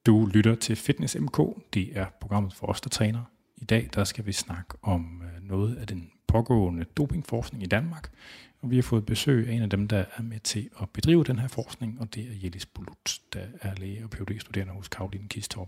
Du lytter til Fitness MK. Det er programmet for os, der træner. I dag der skal vi snakke om noget af den pågående dopingforskning i Danmark. Og vi har fået besøg af en af dem, der er med til at bedrive den her forskning, og det er Jellis Bulut, der er læge og Ph.D.-studerende hos Caroline Kistorp.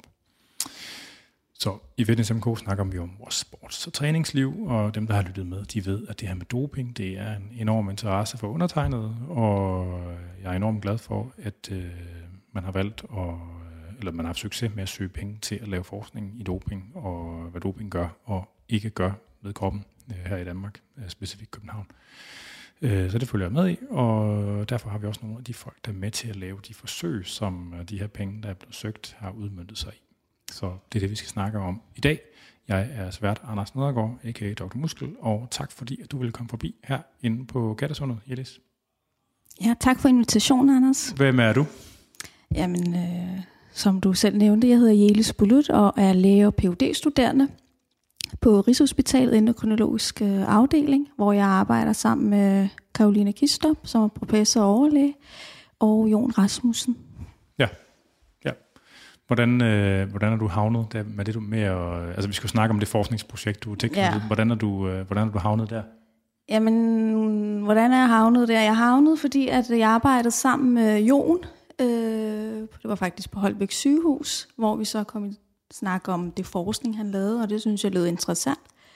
Så i Fitness MK snakker vi om vores sports- og træningsliv, og dem, der har lyttet med, de ved, at det her med doping, det er en enorm interesse for undertegnet, og jeg er enormt glad for, at man har valgt eller man har haft succes med at søge penge til at lave forskning i doping, og hvad doping gør og ikke gør med kroppen her i Danmark, specifikt København. Så det følger jeg med i, og derfor har vi også nogle af de folk, der er med til at lave de forsøg, som de her penge, der er blevet søgt, har udmøntet sig i. Så det er det, vi skal snakke om i dag. Jeg er svært Anders Nedergaard, a.k.a. Dr. Muskel, og tak fordi, at du ville komme forbi her inde på Gattersundet, Jellis. Ja, tak for invitationen, Anders. Hvem er du? Jamen, som du selv nævnte, jeg hedder Jellis Bulut og er læge og Ph.D.-studerende på Rigshospitalet Endokrinologisk afdeling, hvor jeg arbejder sammen med Caroline Kistorp, som er professor og overlæge, og Jon Rasmussen. Ja. Hvordan er du havnet der med det, du med at, altså vi skal snakke om det forskningsprojekt, du tænkte, ja. Hvordan er du havnet der? Jamen, hvordan er jeg havnet der? Jeg havnet, fordi at jeg arbejdede sammen med Jon. Det var faktisk på Holbæk sygehus, hvor vi så kom i snak om det forskning, han lavede, og det synes jeg lød interessant.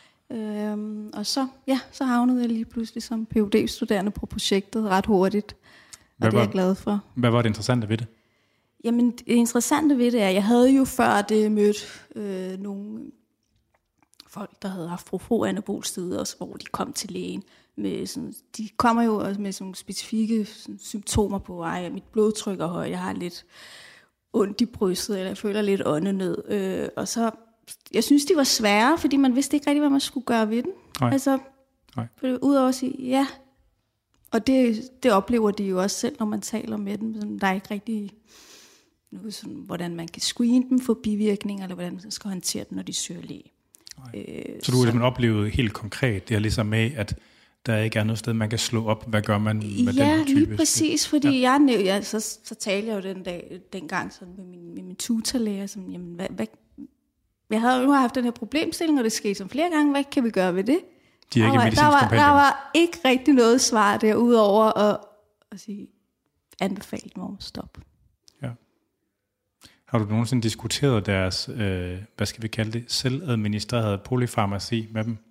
Og så havnede jeg lige pludselig som Ph.D.-studerende på projektet ret hurtigt, og det er jeg glad for. Hvad var det interessante ved det? Jamen, det interessante ved det er, jeg havde jo før det mødt nogle folk, der havde haft anabol-steroider, hvor de kom til lægen. De kommer jo også med sådan specifikke symptomer på, at mit blodtryk er højt, jeg har lidt ondt i brystet, eller jeg føler lidt åndenød. Og så, jeg synes, de var svære, fordi man vidste ikke rigtig, hvad man skulle gøre ved den. Nej. Altså, udover at sige, ja. Og det oplever de jo også selv, når man taler med dem. Sådan, der er ikke rigtig noget sådan, hvordan man kan screene dem for bivirkninger, eller hvordan man skal håndtere dem, når de søger læge. Så du har simpelthen oplevet helt konkret, det er ligesom med, at der ikke er noget sted, man kan slå op. Hvad gør man med den type? Ja, lige præcis, fordi så talte jeg jo dengang sådan med min tutorlæger, som, jamen, jeg havde jo haft den her problemstilling, og det skete som flere gange, hvad kan vi gøre ved det? Der var ikke rigtig noget svar der, udover at sige, anbefale dem om at stoppe. Ja. Har du nogensinde diskuteret deres, hvad skal vi kalde det, selvadministrerede polyfarmaci med dem?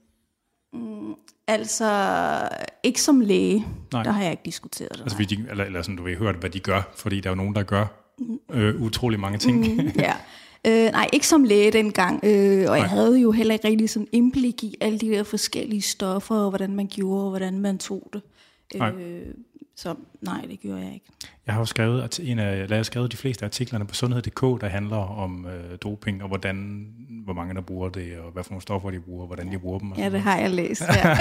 Altså, ikke som læge. Nej. Der har jeg ikke diskuteret det. Altså, eller sådan, du vil høre, hvad de gør, fordi der er jo nogen, der gør utrolig mange ting. Ja. Nej, ikke som læge dengang. Og jeg havde jo heller ikke rigtig sådan indblik i alle de der forskellige stoffer, og hvordan man gjorde, og hvordan man tog det. Så nej, det gjorde jeg ikke. Jeg har jo skrevet de fleste artiklerne på sundhed.dk, der handler om doping, og hvor mange der bruger det, og hvad for nogle stoffer de bruger, og hvordan de bruger dem. Ja, det har jeg læst, ja.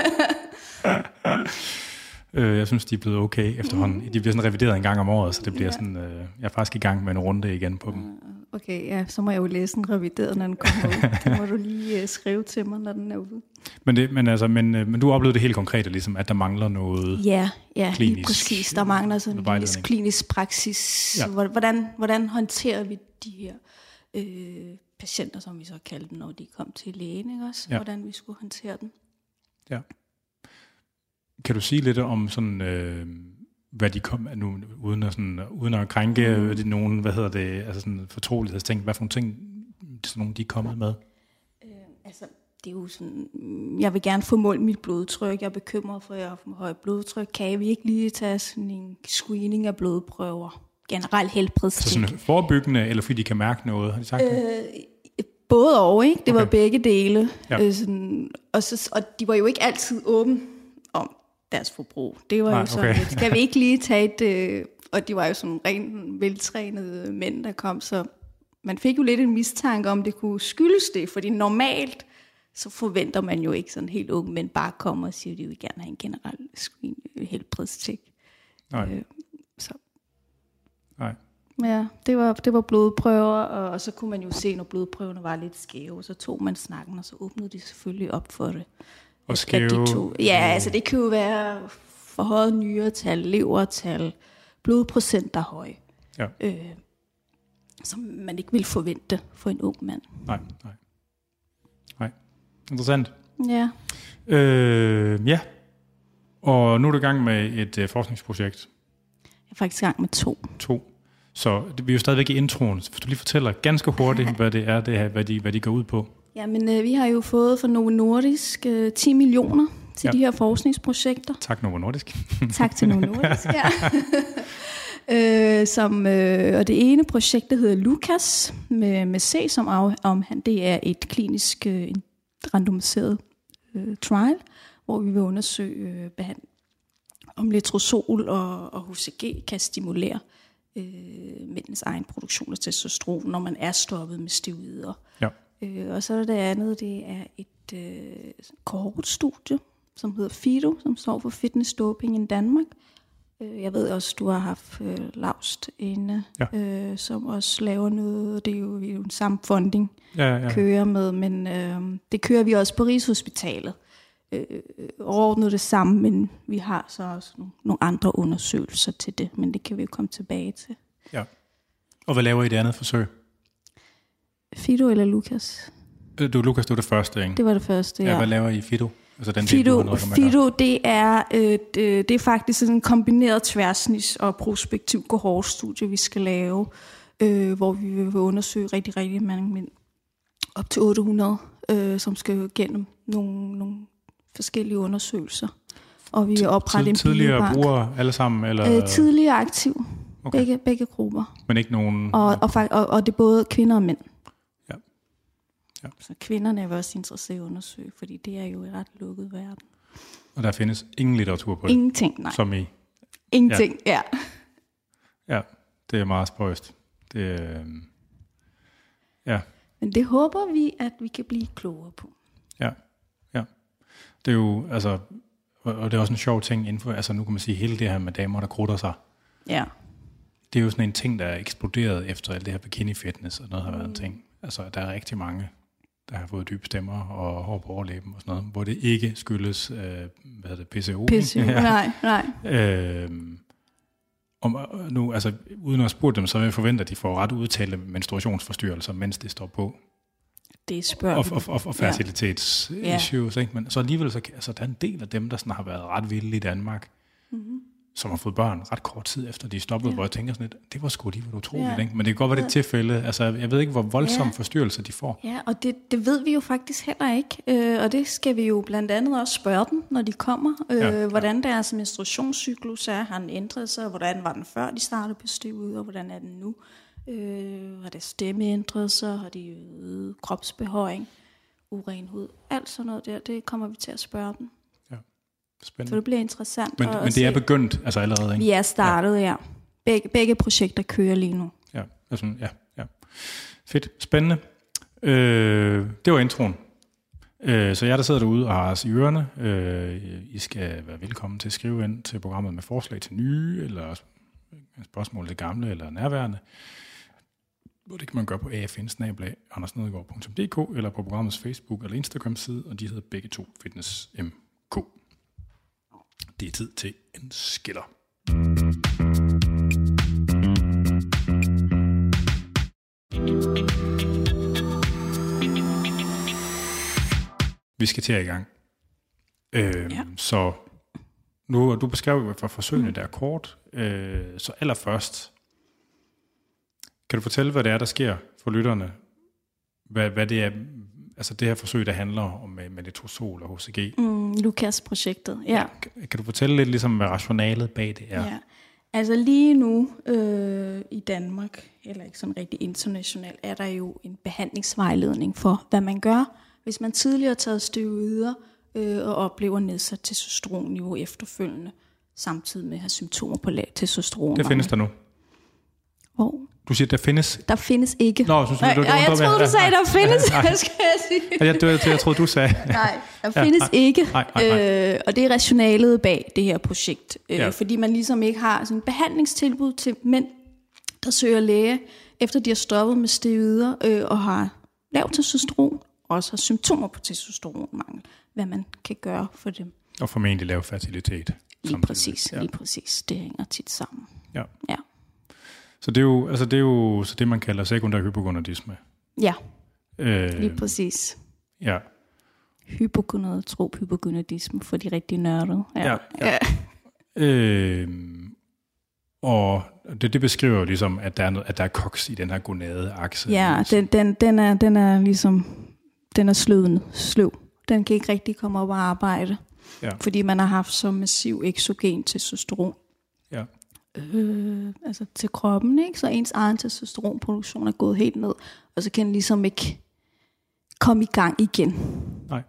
Jeg synes, de er blevet okay efterhånden. De bliver sådan revideret en gang om året, så det bliver sådan, jeg er faktisk i gang med en runde igen på dem. Okay, ja, så må jeg jo læse den revideret, når den kommer ud. Det må du lige skrive til mig, når den er ude. Men du oplevede det helt konkret, ligesom, at der mangler noget klinisk. Lige præcis. Der mangler sådan en klinisk praksis. Ja. Hvordan håndterer vi de her patienter, som vi så kaldte dem, når de kom til lægen, ikke også? Ja. Hvordan vi skulle håndtere dem. Ja. Kan du sige lidt om sådan, hvad de kom nu, uden at krænke nogen, altså sådan fortrolighedsting, hvad for nogle ting, sådan nogle, de er kommet med? Det er jo sådan, jeg vil gerne få målt mit blodtryk, jeg er bekymret for, at jeg har for højt blodtryk. Kan vi ikke lige tage sådan en screening af blodprøver? Generelt helbredstjek. Så sådan forebyggende, eller fordi de kan mærke noget, har de sagt det? Både og, ikke? Det var begge dele. Ja. Og de var jo ikke altid åbne om deres forbrug. Det var jo sådan, skal vi ikke lige tage et... Og de var jo sådan rent veltrænede mænd, der kom, så man fik jo lidt en mistanke om, det kunne skyldes det, fordi normalt så forventer man jo ikke sådan helt unge mænd bare kommer og siger, at de vil gerne have en generel helbredstjek. Nej. Nej. Ja, det var blodprøver, og så kunne man jo se, når blodprøverne var lidt skæve, så tog man snakken, og så åbnede de selvfølgelig op for det. Og skæve? Altså det kan jo være forhøjet nyretal, levertal, blodprocent, der er høj. Ja. som man ikke vil forvente for en ung mand. Nej. Interessant. Ja. Ja. Og nu er du i gang med et forskningsprojekt. Jeg er faktisk i gang med 2. Så vi er jo stadigvæk i introen. Hvis du lige fortæller ganske hurtigt, hvad det er, det her, hvad de går ud på. Jamen, vi har jo fået fra Novo Nordisk 10 millioner til de her forskningsprojekter. Tak, Novo Nordisk. Tak til Novo Nordisk, ja. Og det ene projekt, der hedder Lucas, med C, som det er et klinisk randomiseret trial, hvor vi vil undersøge om letrozol og HCG kan stimulere mændens egen produktion af testosteron, når man er stoppet med steroider. Ja. Og så er det andet, det er et kohortstudie, som hedder FIDO, som står for Fitness Doping in Danmark. Jeg ved også, du har haft Laust inde, som også laver noget. Det er jo en samfunding, kører med, men det kører vi også på Rigshospitalet. Overordnet det samme, men vi har så også nogle andre undersøgelser til det, men det kan vi jo komme tilbage til. Ja. Og hvad laver I det andet forsøg? FIDO eller Lucas? Lucas, det var det første, ikke? Det var det første, ja. Hvad laver I i FIDO? Altså den FIDO, det er faktisk sådan en kombineret tværsnits- og prospektiv kohortstudie, vi skal lave, hvor vi vil undersøge rigtig, rigtig mange mænd, op til 800, som skal gennem nogle forskellige undersøgelser. Og vi vil oprette en tidligere brugere alle sammen? Eller? Tidligere aktiv. Okay. Begge grupper. Men ikke nogen... Og det er både kvinder og mænd. Ja. Så kvinderne er vi også interesseret i at undersøge, fordi det er jo i ret lukket verden. Og der findes ingen litteratur på det? Ingenting, nej. Som i? Ingenting, ja. Ja, det er meget spøjst. Men det håber vi, at vi kan blive klogere på. Ja. Det er jo, altså, og det er også en sjov ting indenfor, altså nu kan man sige, hele det her med damer, der krutter sig. Ja. Det er jo sådan en ting, der er eksploderet efter alt det her bikini-fitness, og noget har været en ting. Altså, der er rigtig mange, der har fået dybe stemmer og hår på overlæben og sådan noget, hvor det ikke skyldes, PCO. Nej. Nu, altså, uden at spørge dem, så vil jeg forvente, at de får ret udtalte menstruationsforstyrrelser, mens det står på. Det spørger og fertilitetsissues, ikke? Men så alligevel, så der er en del af dem, der sådan har været ret vilde i Danmark, som har fået børn ret kort tid efter, de stoppede, hvor jeg tænker sådan lidt, det var sgu lige utroligt, ikke? Men det kan godt være det tilfælde. Altså, jeg ved ikke, hvor voldsomme forstyrrelser de får. Ja, og det ved vi jo faktisk heller ikke. Og det skal vi jo blandt andet også spørge dem, når de kommer. Hvordan deres menstruationscyklus er, har den ændret sig, hvordan var den før de startede på steroider, og hvordan er den nu? Har deres stemme ændret sig, har de øget kropsbehøjning, uren hud, alt sådan noget der, det kommer vi til at spørge dem. Spændende. Så det bliver interessant. Men det er begyndt altså allerede, ikke? Vi er startet, ja. Begge projekter kører lige nu. Ja, altså, ja. Fedt. Spændende. Det var introen. Så jeg, der sidder derude og har os i ørerne, I skal være velkommen til at skrive ind til programmet med forslag til nye, eller spørgsmål til gamle eller nærværende. Og det kan man gøre på afn@andersnedegaard.dk eller på programmets Facebook eller Instagram-side, og de hedder begge to Fitness MK. Det er tid til en skiller. Vi skal til i gang. Så nu, du beskrev jo for forsøgene der kort. Så allerførst, kan du fortælle, hvad det er, der sker for lytterne? Hvad det er, altså det her forsøg, der handler om med letrozol og HCG? Lucas-projektet, ja. Kan du fortælle lidt ligesom, hvad rationalet bag det er? Ja. Altså lige nu i Danmark, eller ikke sådan rigtig internationalt, er der jo en behandlingsvejledning for, hvad man gør, hvis man tidligere har taget steroider og oplever nedsat testosteronniveau efterfølgende, samtidig med at have symptomer på lav testosteron. Det findes der nu? Hvor? Du siger, der findes? Der findes ikke. Nå, synes du, jeg troede, du sagde, der findes. Skal jeg sige? Jeg troede, du sagde. Nej, der findes ikke. Og det er rationalet bag det her projekt. Fordi man ligesom ikke har sådan et behandlingstilbud til mænd, der søger læge, efter de har stoppet med steroider og har lav testosteron, og også har symptomer på testosteronmangel. Hvad man kan gøre for dem. Og formentlig lav fertilitet. Lige præcis. Det hænger tit sammen. Ja. Så det er jo så det, man kalder sekundær hypogonadisme. Ja, lige præcis. Ja. Hypogonadisme for de rigtig nørdede. Ja. Og det beskriver jo ligesom, at der er koks i den her gonadeakse. Ja, den er ligesom, den er sløv. Den kan ikke rigtig komme op og arbejde, fordi man har haft så massiv eksogen testosteron. Ja. Altså til kroppen, ikke? Så ens egen testosteronproduktion er gået helt ned, og så kan den ligesom ikke komme i gang igen. Nej.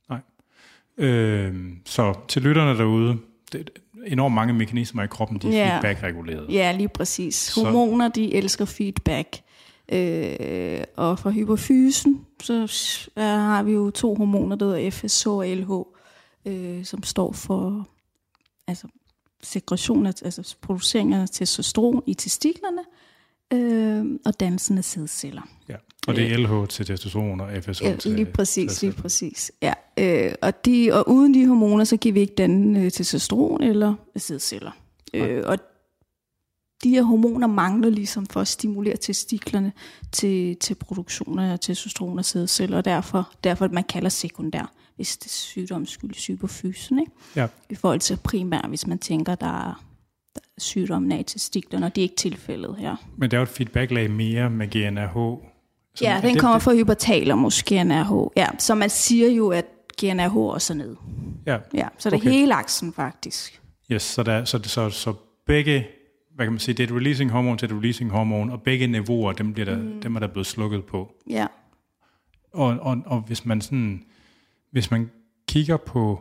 Så til lytterne derude, det enormt mange mekanismer i kroppen, de er feedback-reguleret. Ja, lige præcis. Hormoner, de elsker feedback. Og for hypofysen, så har vi jo 2 hormoner, der hedder FSH og LH, som står for sekretion, altså producering af testosteron i testiklerne, og dannelsen af sædceller. Ja, og det er LH til testosteron og FSH til lige præcis. Ja. Og uden de hormoner, så kan vi ikke danne testosteron eller sædceller. Og de her hormoner mangler ligesom for at stimulere testiklerne til produktion af testosteron og sædceller, og derfor man kalder sekundær, hvis det sygdom skyldes hypofysen, ikke? Ja. I forhold til primær, hvis man tænker, der er sygdommen af testiklerne, og det er ikke tilfældet her. Men der er jo et feedbacklag mere med GnRH. Ja, den kommer fra hypothalamus, GnRH. Ja, så man siger jo, at GnRH også er nede. Ja, så det er hele aksen faktisk. Yes, så begge, hvad kan man sige, det er et releasing hormon til et releasing hormon, og begge niveauer, dem er der blevet slukket på. Ja. Og hvis man kigger på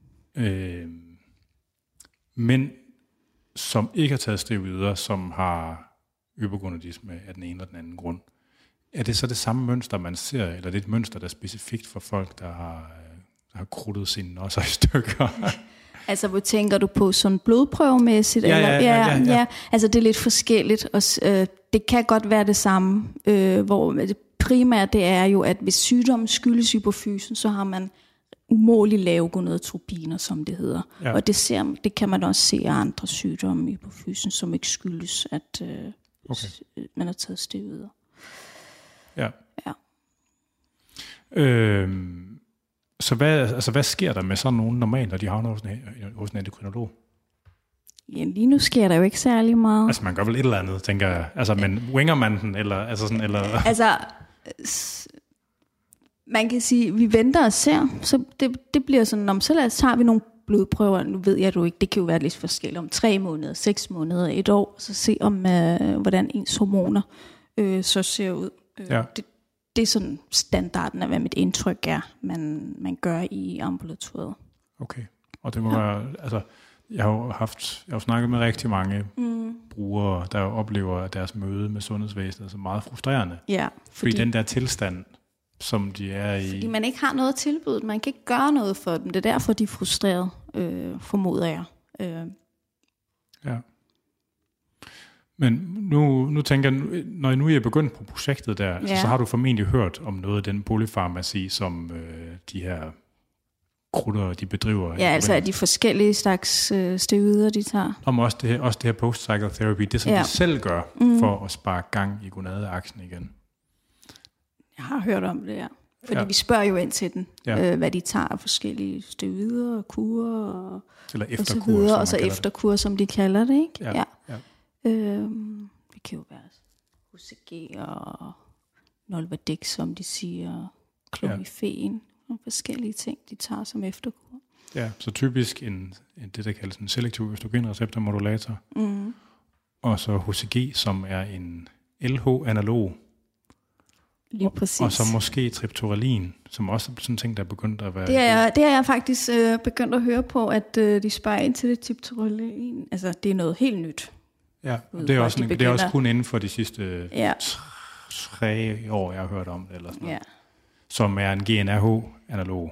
mænd, som ikke har taget steroider, som har hypogonadisme af den ene eller den anden grund, er det så det samme mønster, man ser, eller er det et mønster, der er specifikt for folk, der har krudtet sine nosser i stykker? Altså, hvor tænker du på sådan blodprøvemæssigt? Ja. Altså, det er lidt forskelligt, og det kan godt være det samme, hvor det primært det er jo, at hvis sygdommen skyldes hypofysen, så har man umådeligt lave gonadotropiner, som det hedder. Ja. Og det kan man også se af andre sygdomme i hypofysen, som ikke skyldes, at man har taget steroider. Ja. Så hvad sker der med sådan nogen normalt, når de havner hos en endokrinolog? Ja, lige nu sker der jo ikke særlig meget. Altså man gør vel et eller andet, tænker jeg. Altså, men winger man den, eller altså sådan, eller? Altså, man kan sige, vi venter og ser, så det bliver sådan, så tager vi nogle blodprøver, nu ved jeg du ikke, det kan jo være lidt forskelligt, om 3 måneder, 6 måneder, 1 år, så se om, hvordan ens hormoner så ser ud. Det er sådan standarden af, hvad mit indtryk er, man gør i ambulatoriet. Okay, og det må være, altså, jeg har snakket med rigtig mange brugere, der oplever, at deres møde med sundhedsvæsenet er så meget frustrerende. Ja, fordi den der tilstand, som de er i... Fordi man ikke har noget tilbud, man kan ikke gøre noget for dem, det er derfor, de er frustrerede, formoder jeg. Ja. Men nu tænker jeg, når nu I er begyndt på projektet der, så har du formentlig hørt om noget af den polyfarmaci, som de her krutter, de bedriver. Ja, altså de forskellige slags steroider, de tager. Om også det her post-cycle therapy, det som de selv gør for at sparke gang i gonadeaksen igen. Jeg har hørt om det, Fordi vi spørger jo ind til den, hvad de tager af forskellige steroider og kurer og så videre, og så efterkur, som de kalder det, ikke? Ja. Det kan jo være HCG og Nolvadex, som de siger, klorifen og forskellige ting, de tager som efterkur. Ja, så typisk det, der kaldes en selektiv østrogenreceptormodulator, og så HCG, som er en LH-analog, lige præcis. Og så måske triptorelin, som også er sådan en ting, der er begyndt at være... Det er jeg faktisk begyndt at høre på, at de sparer ind til det triptorelin. Altså, det er noget helt nyt. Ja, det er også kun inden for de sidste 3 år, jeg har hørt om det, eller sådan noget, som er en GnRH-analog.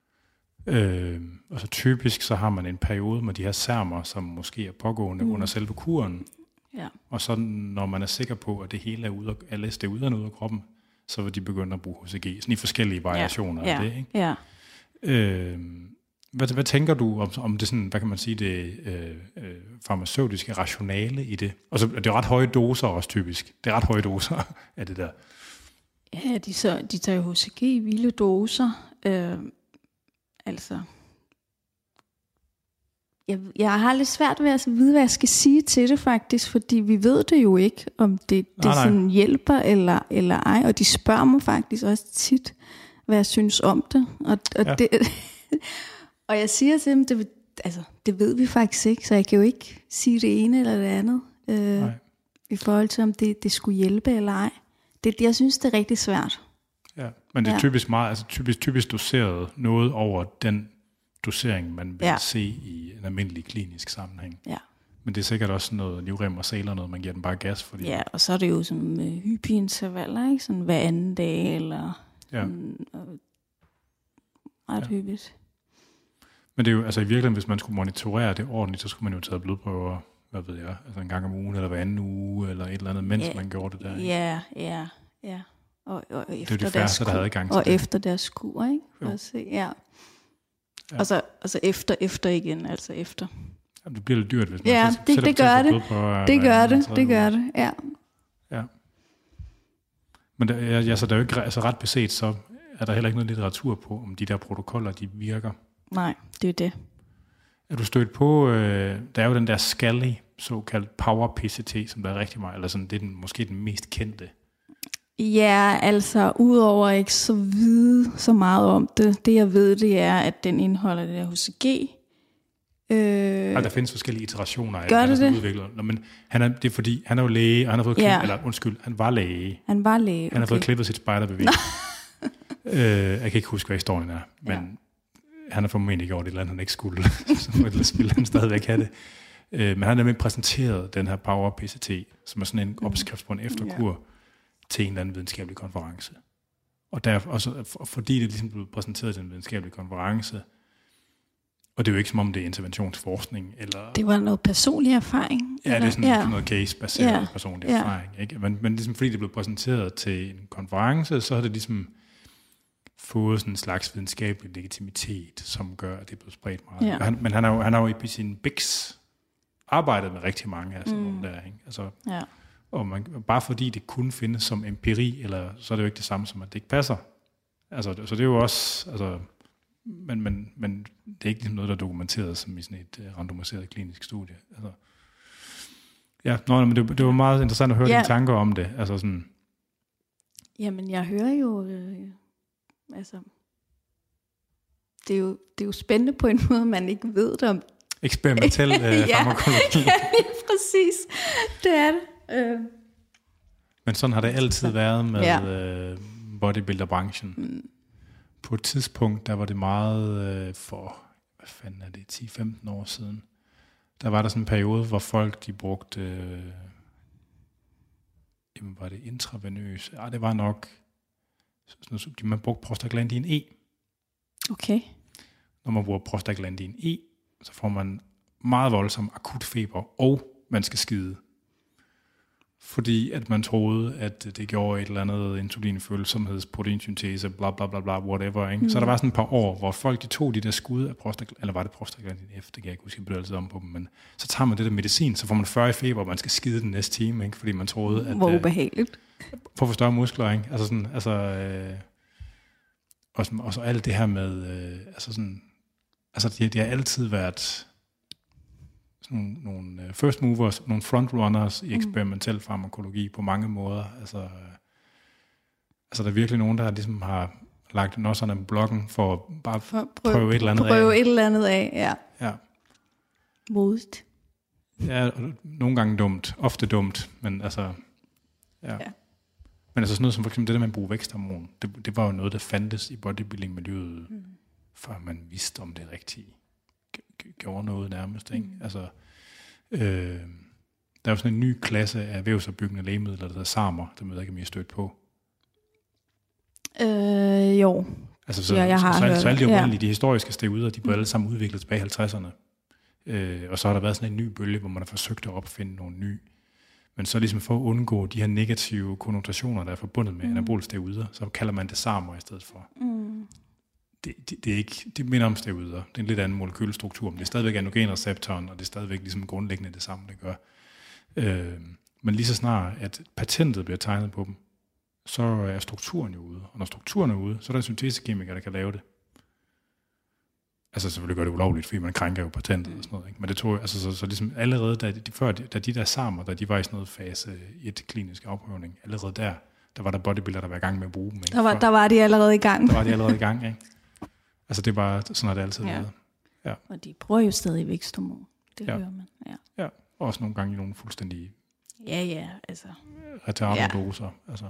Og så typisk, så har man en periode med de her sermer, som måske er pågående under selve kuren. Ja. Og så når man er sikker på, at det hele er ude, alle steroiderne ud af kroppen, så vil de begynde at bruge HCG, sådan i forskellige variationer af det, ikke? Ja. Hvad tænker du om det sådan, hvad kan man sige, det farmaceutiske rationale i det? Altså, det er ret høje doser også typisk. Det er ret høje doser af det der. Ja, de tager HCG i vilde doser. Altså, jeg har lidt svært ved at vide, hvad jeg skal sige til det faktisk, fordi vi ved det jo ikke, om det sådan hjælper eller ej. Og de spørger mig faktisk også tit, hvad jeg synes om det. Det og jeg siger til dem, det ved vi faktisk ikke, så jeg kan jo ikke sige det ene eller det andet, i forhold til, om det skulle hjælpe eller ej. Jeg synes, det er rigtig svært. Ja, men det er typisk meget, altså typisk doseret noget over den dosering, man vil se i en almindelig klinisk sammenhæng. Ja. Men det er sikkert også noget livrem og sæler, noget man giver den bare gas. Fordi og så er det jo sådan hyppige-intervaller, ikke? Sådan hver anden dag, eller ret hyppigt. Men det er jo, altså i virkeligheden, hvis man skulle monitorere det ordentligt, så skulle man jo tage blodprøver, hvad ved jeg, altså en gang om ugen, eller hver anden uge, eller et eller andet, mens man gjorde det der. Ikke? Ja. Og efter det er jo de færreste, der havde adgang til det. Og efter deres kur, ikke? Og så efter igen, altså efter. Jamen, det bliver lidt dyrt, hvis man det gør det. Det gør det, ja. Ja. Men så der er jo ikke, altså ret beset, så er der heller ikke noget litteratur på, om de der protokoller, de virker. Nej, det er det. Er du stødt på, der er jo den der Scally, såkaldt Power PCT, som der er rigtig meget, eller sådan, det er måske den mest kendte. Ja, altså udover ikke så vide så meget om det. Det jeg ved, det er, at den indeholder det der HCG. Der findes forskellige iterationer af gør det udvikler. Men det er fordi, han er jo læge, og han har fået han var læge. Han var læge, okay. Han har fået klippet sit spejderbevis. Jeg kan ikke huske, hvad historien er, men han har formentlig gjort et eller andet, han ikke skulle. Så ville han stadigvæk have det. Men han har nemlig præsenteret den her Power PCT, som er sådan en opskrift på en efterkur, til en eller anden videnskabelig konference. Og fordi det ligesom blev præsenteret til en videnskabelig konference, og det er jo ikke som om det er interventionsforskning. Eller det var noget personlig erfaring? Ja, det er sådan noget case-baseret personlig erfaring. Ikke? Men ligesom fordi det blev præsenteret til en konference, så har det ligesom fået sådan en slags videnskabelig legitimitet, som gør, at det er blevet spredt meget. Ja. Men han har jo i sin BIX arbejdet med rigtig mange af sådan nogle der. Ikke? Altså, og bare fordi det kun findes som empiri, eller så er det jo ikke det samme som, at det ikke passer. Altså, så det er jo også... Altså, men det er ikke ligesom noget, der er dokumenteret som i sådan et randomiseret klinisk studie. Altså, men det var meget interessant at høre dine tanker om det. Altså sådan. Jamen, jeg hører jo... altså, det er jo spændende på en måde, man ikke ved det om. Eksperimentel farmakologi. Ja, præcis. Det er det. Men sådan har det altid været med bodybuilder-branchen. På et tidspunkt, der var det meget for, hvad fanden er det, 10-15 år siden, der var der sådan en periode, hvor folk, de brugte, var det intravenøs? Ja, det var nok, man brugte prostaglandin E. Okay. Når man bruger prostaglandin E, så får man meget voldsom akut feber, og man skal skide. Fordi at man troede, at det gjorde et eller andet insulinfølsomheds, proteinsyntese, bla bla bla bla, whatever. Ikke? Så der var sådan et par år, hvor folk de tog de der skud af prostaglandin, eller var det prostaglandin F, det kan jeg ikke huske, jeg blev altid om på dem, men så tager man det der medicin, så får man 40 i feber, og man skal skide den næste time, ikke? Fordi man troede, at... Hvor ubehageligt. For at få større muskler, ikke? Altså sådan, og så alt det her med, det har altid været nogle first movers, nogle frontrunners i eksperimentel farmakologi på mange måder. Altså der er virkelig nogen, der ligesom har lagt nosserne på bloggen for at bare prøve et eller andet af. Prøve et eller andet af, ja. Modigt. Ja, nogle gange dumt. Ofte dumt, men altså... Ja. Men altså sådan noget som for eksempel det der med at bruge væksthormon, det var jo noget, der fandtes i bodybuilding-miljøet, før man vidste, om det rigtige gjorde noget nærmest. Ikke? Altså, der er jo sådan en ny klasse af vævsopbyggende lægemidler, der hedder SARMer, det ved jeg ikke, om I har stødt på. Jo. Altså, jeg har hørt. Så alle de oprindelige, de historiske steroider, de blev alle sammen udviklet tilbage i 50'erne. Og så har der været sådan en ny bølge, hvor man har forsøgt at opfinde nogle nye. Men så ligesom for at undgå de her negative konnotationer, der er forbundet med anabole steroider, så kalder man det SARMer i stedet for. det er ikke, det minder om steroider. Det er en lidt anden molekylstruktur, men det er stadigvæk androgenreceptoren, og det er stadigvæk ligesom grundlæggende det samme, det gør. Men lige så snart, at patentet bliver tegnet på dem, så er strukturen jo ude. Og når strukturen er ude, så er der syntesekemikere, der kan lave det. Altså selvfølgelig gør det ulovligt, fordi man krænker jo patentet og sådan noget. Ikke? Men det tog altså så ligesom allerede, da de der samer, da de var i sådan noget fase 1 klinisk afprøvning, allerede der var der bodybuilder, der var i gang med at bruge dem. Ikke? Der var de allerede i gang. Der var de allerede i gang, ikke? Altså det er bare, sådan har det altid været. Ja. Og de bruger jo stadig væksthormon. Det hører man. Ja, også nogle gange i nogle fuldstændig altså retardodoser. Altså,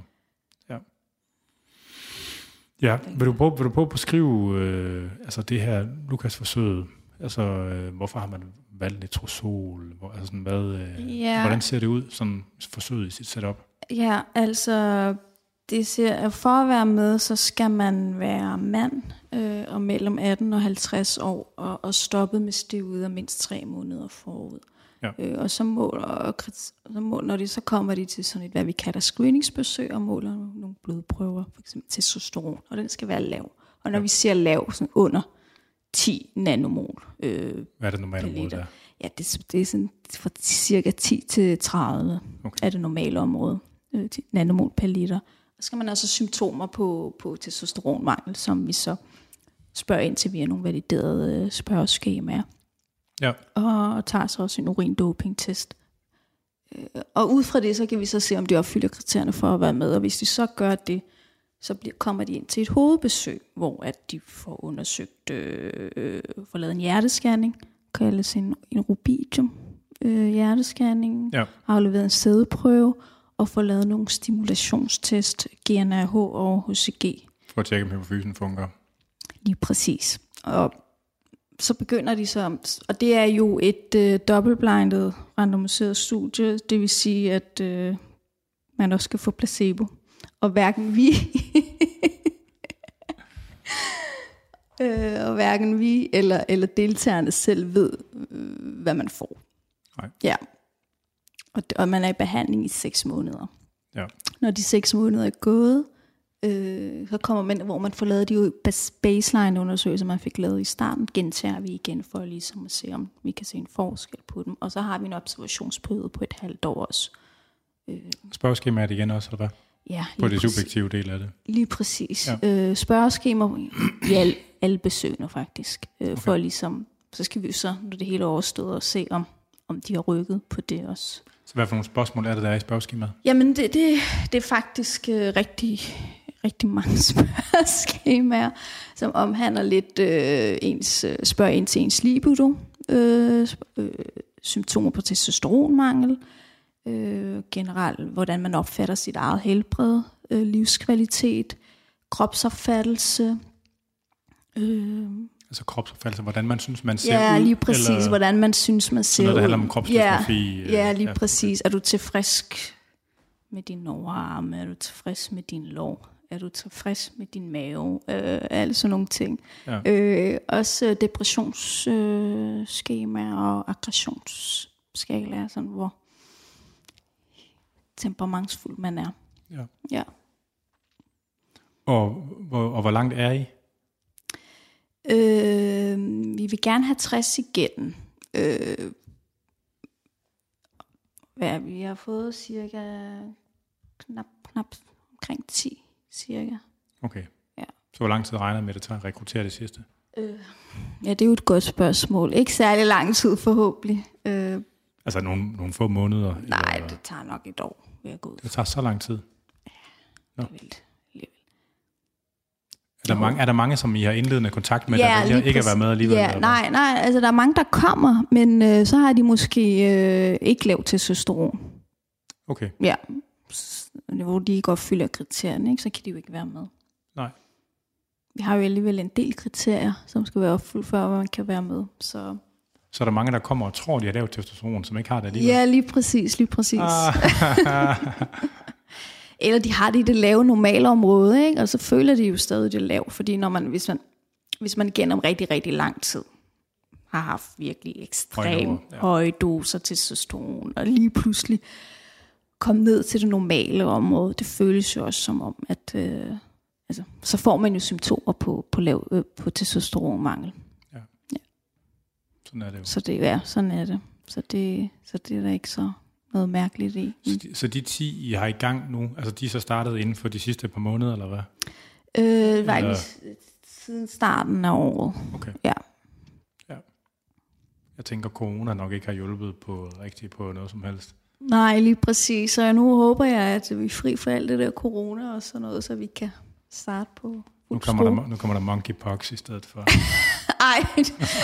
ja, vil du prøve at beskrive altså det her Lukas-forsøget? Altså, hvorfor har man valgt nitrosol? Hvordan ser det ud, sådan forsøget i sit setup? Ja, altså, for at være med, så skal man være mand og mellem 18 og 50 år og stoppet med steroider mindst 3 måneder forud. Ja. Og så når de så kommer de til sådan et, hvad vi kalder screeningsbesøg, og måler nogle blodprøver, for eksempel testosteron, og den skal være lav. Og når vi siger lav, sådan under 10 nanomol. Hvad er det normale område der? Ja, det er sådan fra cirka 10 til 30 er det normale område, nanomol per liter. Og så skal man også have symptomer på testosteronmangel, som vi så spørger ind til via nogle validerede spørgeskemaer. Ja. Og tager så også en urindopingtest. Og ud fra det, så kan vi så se, om de opfylder kriterierne for at være med. Og hvis de så gør det, så kommer de ind til et hovedbesøg, hvor at de får undersøgt, får lavet en hjertescanning, kaldes en rubidium hjertescanning, afleveret en sædeprøve, og får lavet nogle stimulationstest, GnRH og HCG. For at tjekke, om hypofysen fungerer. Lige præcis. Og så begynder de så, og det er jo et dobbeltblindet, randomiseret studie, det vil sige, at man også skal få placebo. Og hverken vi eller deltagerne selv ved, hvad man får. Nej. Ja. Og man er i behandling i 6 måneder. Ja. Når de 6 måneder er gået, så kommer man, hvor man får lavet de baseline-undersøgelser, man fik lavet i starten, gentager vi igen for ligesom at se, om vi kan se en forskel på dem. Og så har vi en observationsperiode på et halvt år også. Spørgeskema er det igen også, eller hvad? Ja, på det subjektive del af det. Lige præcis. Ja. Spørgeskemaer i alle besøgende faktisk. For ligesom, så skal vi jo så, når det hele er overstået, og se om de har rykket på det også. Så hvad for nogle spørgsmål er det, der er i spørgeskemaet? Jamen, det er faktisk rigtig mange spørgeskemaer, som omhandler lidt spørg ind til ens libido, symptomer på testosteronmangel, generelt, hvordan man opfatter sit eget helbred, livskvalitet, kropsopfattelse. Altså kropsopfattelse, hvordan man synes, man ser ud? Ja, lige præcis, eller hvordan man synes, man ser ud. Så når det handler om kropsdysmorfi? Ja, lige præcis. Er du tilfreds med din overarme? Er du tilfreds med din lår? Er du tilfreds med din mave? Alle sådan nogle ting. Ja. Også depressionsskemaer og aggressionsskalaer, sådan hvor temperamentsfuld man er. Ja. Og hvor langt er I? Vi vil gerne have 60 igen. Vi har fået cirka knap omkring 10 cirka. Okay. Ja. Så hvor lang tid regner med, at det tager at rekruttere det sidste? Ja, det er jo et godt spørgsmål. Ikke særlig lang tid forhåbentlig. Altså nogle få måneder? Nej, eller? Det tager nok et år. Det tager så lang tid? Ja, det er vildt. Er der mange, som I har indledende kontakt med, der vælger ikke at være med alligevel? Ja, nej, altså der er mange, der kommer, men så har de måske ikke lavt testosteron. Okay. Ja, hvor de ikke opfylder kriterierne, ikke, så kan de jo ikke være med. Nej. Vi har jo alligevel en del kriterier, som skal være opfyldt, for at man kan være med. Så er der mange, der kommer og tror, de har lavt testosteron, som ikke har det alligevel? Ja, lige præcis. Eller de har det i det lave normale område, ikke? Og så føler de jo stadig det lav, fordi hvis man gennem rigtig, rigtig lang tid har haft virkelig ekstremt høje doser testosteron, og lige pludselig kom ned til det normale område, det føles jo også som om, at altså, så får man jo symptomer på testosteronmangel. Ja. Sådan er det jo. Sådan er det. Så det er der ikke så noget mærkeligt i. Så de 10, I har i gang nu, altså de er så startet inden for de sidste par måneder, eller hvad? Faktisk siden starten af året. Okay. Ja. Jeg tænker, corona nok ikke har hjulpet på noget som helst. Nej, lige præcis. Så nu håber jeg, at vi er fri for alt det der corona og sådan noget, så vi kan starte på Nu kommer der monkeypox i stedet for. Ej.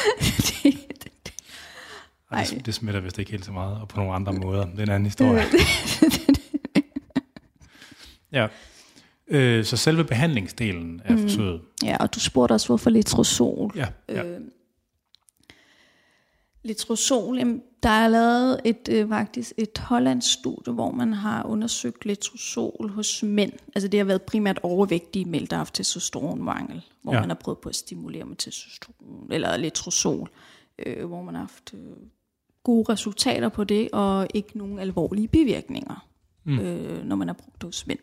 Det smitter vist ikke helt så meget, og på nogle andre måder. Det er en anden historie. Ja. Så selve behandlingsdelen af forsøget. Ja, og du spurgte også, hvorfor letrozol. Ja. Letrozol, der er lavet faktisk et hollandsk studie, hvor man har undersøgt letrozol hos mænd. Altså det har været primært overvægtige mænd, der har haft testosteronmangel, hvor man har prøvet på at stimulere med testosteron, eller letrozol, hvor man har haft gode resultater på det, og ikke nogen alvorlige bivirkninger, når man har brugt det hos mænd.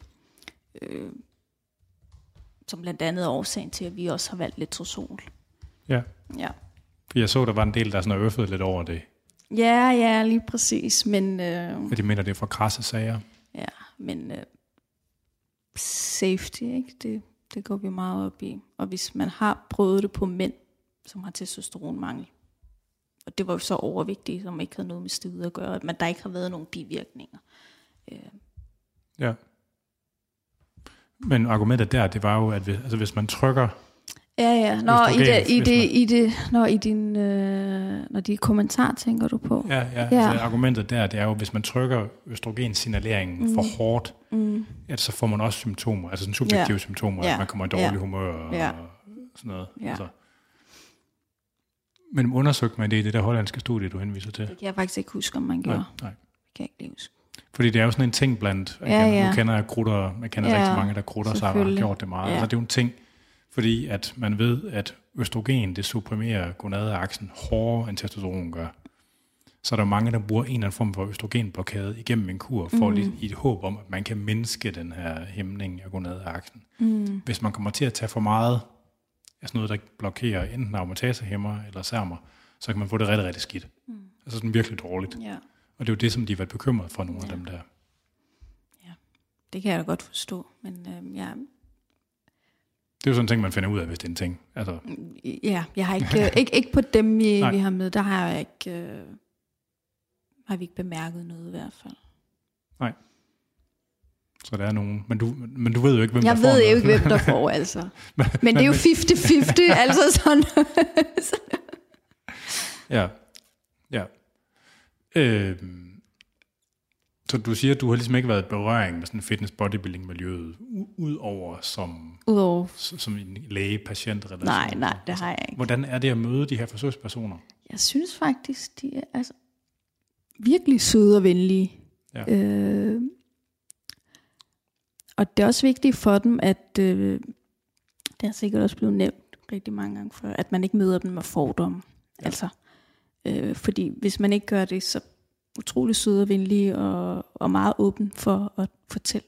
Som blandt andet er årsagen til, at vi også har valgt letrozol. Ja. For jeg så, der var en del, der sådan har øffet lidt over det. Ja, lige præcis. Men, og de mener, det er for krasse sager. Ja, men safety, ikke? Det går vi meget op i. Og hvis man har prøvet det på mænd, som har testosteronmangel, og det var jo så overvægtige, som ikke havde noget med stedet at gøre, men der ikke har været nogen bivirkninger. Ja. Men argumentet der, det var jo, at hvis man trykker... Ja. Når de kommentar tænker du på. Ja. Altså, argumentet der, det er jo, hvis man trykker østrogensignaleringen for hårdt, så får man også symptomer, altså sådan subjektive symptomer, at man kommer i dårlig humør og sådan noget. Ja. Altså. Men undersøgte man det i det der hollandske studie, du henviser til? Det kan jeg faktisk ikke huske, om man gjorde. Nej. Det kan jeg ikke lige huske. Fordi det er jo sådan en ting blandt, nu kender jeg grutter, jeg kender rigtig mange, der grutter sig og har gjort det meget. Altså, det er jo en ting, fordi at man ved, at østrogen, det supprimerer gonadeaksen hårdere, end testosteron gør. Så er der mange, der bruger en eller anden form for østrogenblokade igennem en kur, for i et håb om, at man kan mindske den her hæmning af gonadeaksen. Hvis man kommer til at tage for meget, altså noget, der blokerer enten aromatasehæmmer eller sermer, så kan man få det rigtig, rigtig skidt. Altså sådan virkelig dårligt. Ja. Og det er jo det, som de har været bekymret for, nogle af dem der. Ja, det kan jeg da godt forstå, men Det er jo sådan en ting, man finder ud af, hvis det er en ting. Altså. Ja, jeg har ikke på dem, vi har med, der har jeg ikke, har vi ikke bemærket noget i hvert fald. Nej. Så der er nogen, men du ved jo ikke, hvem der får. Jeg ved jo ikke, hvem der får, altså. Men det er jo 50-50, altså sådan. Ja. Så du siger, at du har ligesom ikke været i berøring med sådan fitness bodybuilding miljøet, udover som en læge-patient-relation? Nej, det har jeg ikke. Hvordan er det at møde de her forsøgspersoner? Jeg synes faktisk, de er altså virkelig søde og venlige. Ja. Og det er også vigtigt for dem, at det er sikkert også blevet nævnt rigtig mange gange før, at man ikke møder dem med fordomme. Ja. Altså, fordi hvis man ikke gør det, så utrolig søde og venlige og meget åben for at fortælle,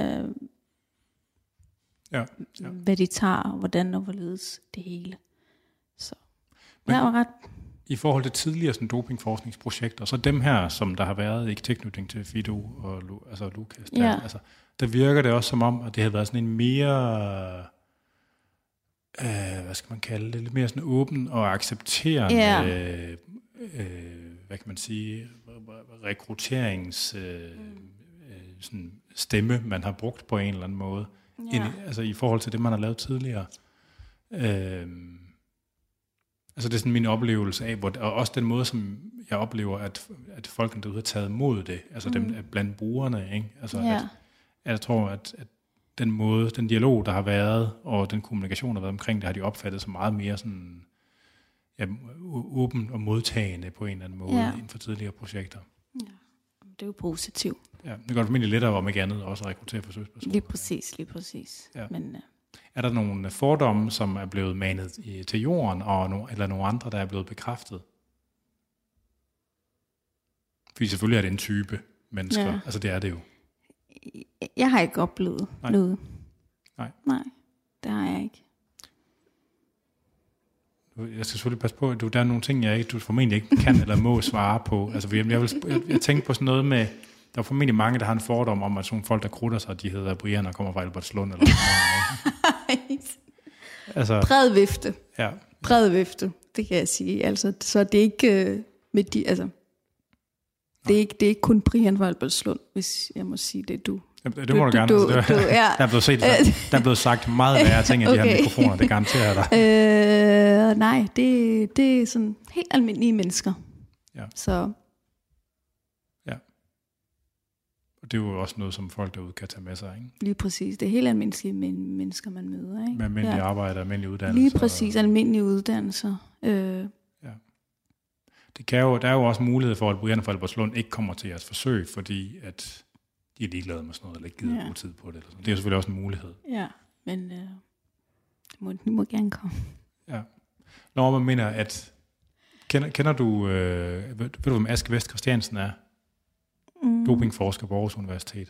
hvad de tager, og hvordan og hvorledes det hele. Så jeg var ret... I forhold til tidligere sådan dopingforskningsprojekter, så dem her, som der har været i tilknytning til Fido og altså Lukas, der virker det også som om, at det har været sådan en mere, hvad skal man kalde det, lidt mere sådan åben og accepterende, hvad kan man sige, rekrutterings sådan stemme, man har brugt på en eller anden måde, altså i forhold til det, man har lavet tidligere. Altså det er sådan min oplevelse af, og også den måde, som jeg oplever, at folkene derude har taget imod det, altså dem blandt brugerne, ikke? Altså at jeg tror, at den dialog, der har været, og den kommunikation, der har været omkring det, har de opfattet som meget mere sådan åben og modtagende på en eller anden måde inden for tidligere projekter. Ja, det er jo positivt. Ja, det går formentlig lettere om ikke andet også at rekruttere forsøgspersoner. Lige præcis. Ja. Men, er der nogle fordomme, som er blevet manet til jorden, eller nogle andre, der er blevet bekræftet? Fordi selvfølgelig er det en type mennesker. Ja. Altså det er det jo. Jeg har ikke oplevet noget. Nej. Det har jeg ikke. Jeg skal selvfølgelig passe på, at der er nogle ting, du formentlig ikke kan eller må svare på. Altså, jeg tænker på sådan noget med, der er formentlig mange, der har en fordom om, at sådan folk, der krutter sig, de hedder Brian og kommer fra Albertslund eller sådan noget. Altså, bred vifte. Ja. Bred vifte, det kan jeg sige. Altså, så det er ikke med de, altså, det er ikke kun Brian fra Albertslund, hvis jeg må sige det, du. Det må du gerne. Der er blevet sagt meget værre ting af de her mikrofoner, det garanterer jeg dig. Nej, det er sådan helt almindelige mennesker. Ja. Så. Ja. Og det er jo også noget, som folk derude kan tage med sig, ikke? Lige præcis. Det er helt almindelige mennesker, man møder, ikke? Med almindelige arbejde og almindelige uddannelser. Lige præcis, almindelige uddannelser. Ja. Der er jo også mulighed for, at Brian fra Albertslund ikke kommer til jeres forsøg, fordi at de er ligeglade med sådan noget, eller ikke gider bruge tid på det. Eller sådan. Det er selvfølgelig også en mulighed. Ja, men de må gerne komme. Ja. Når man mener, at kender du, ved du, hvem Aske Vest Christiansen er? Dopingforsker på Aarhus Universitet.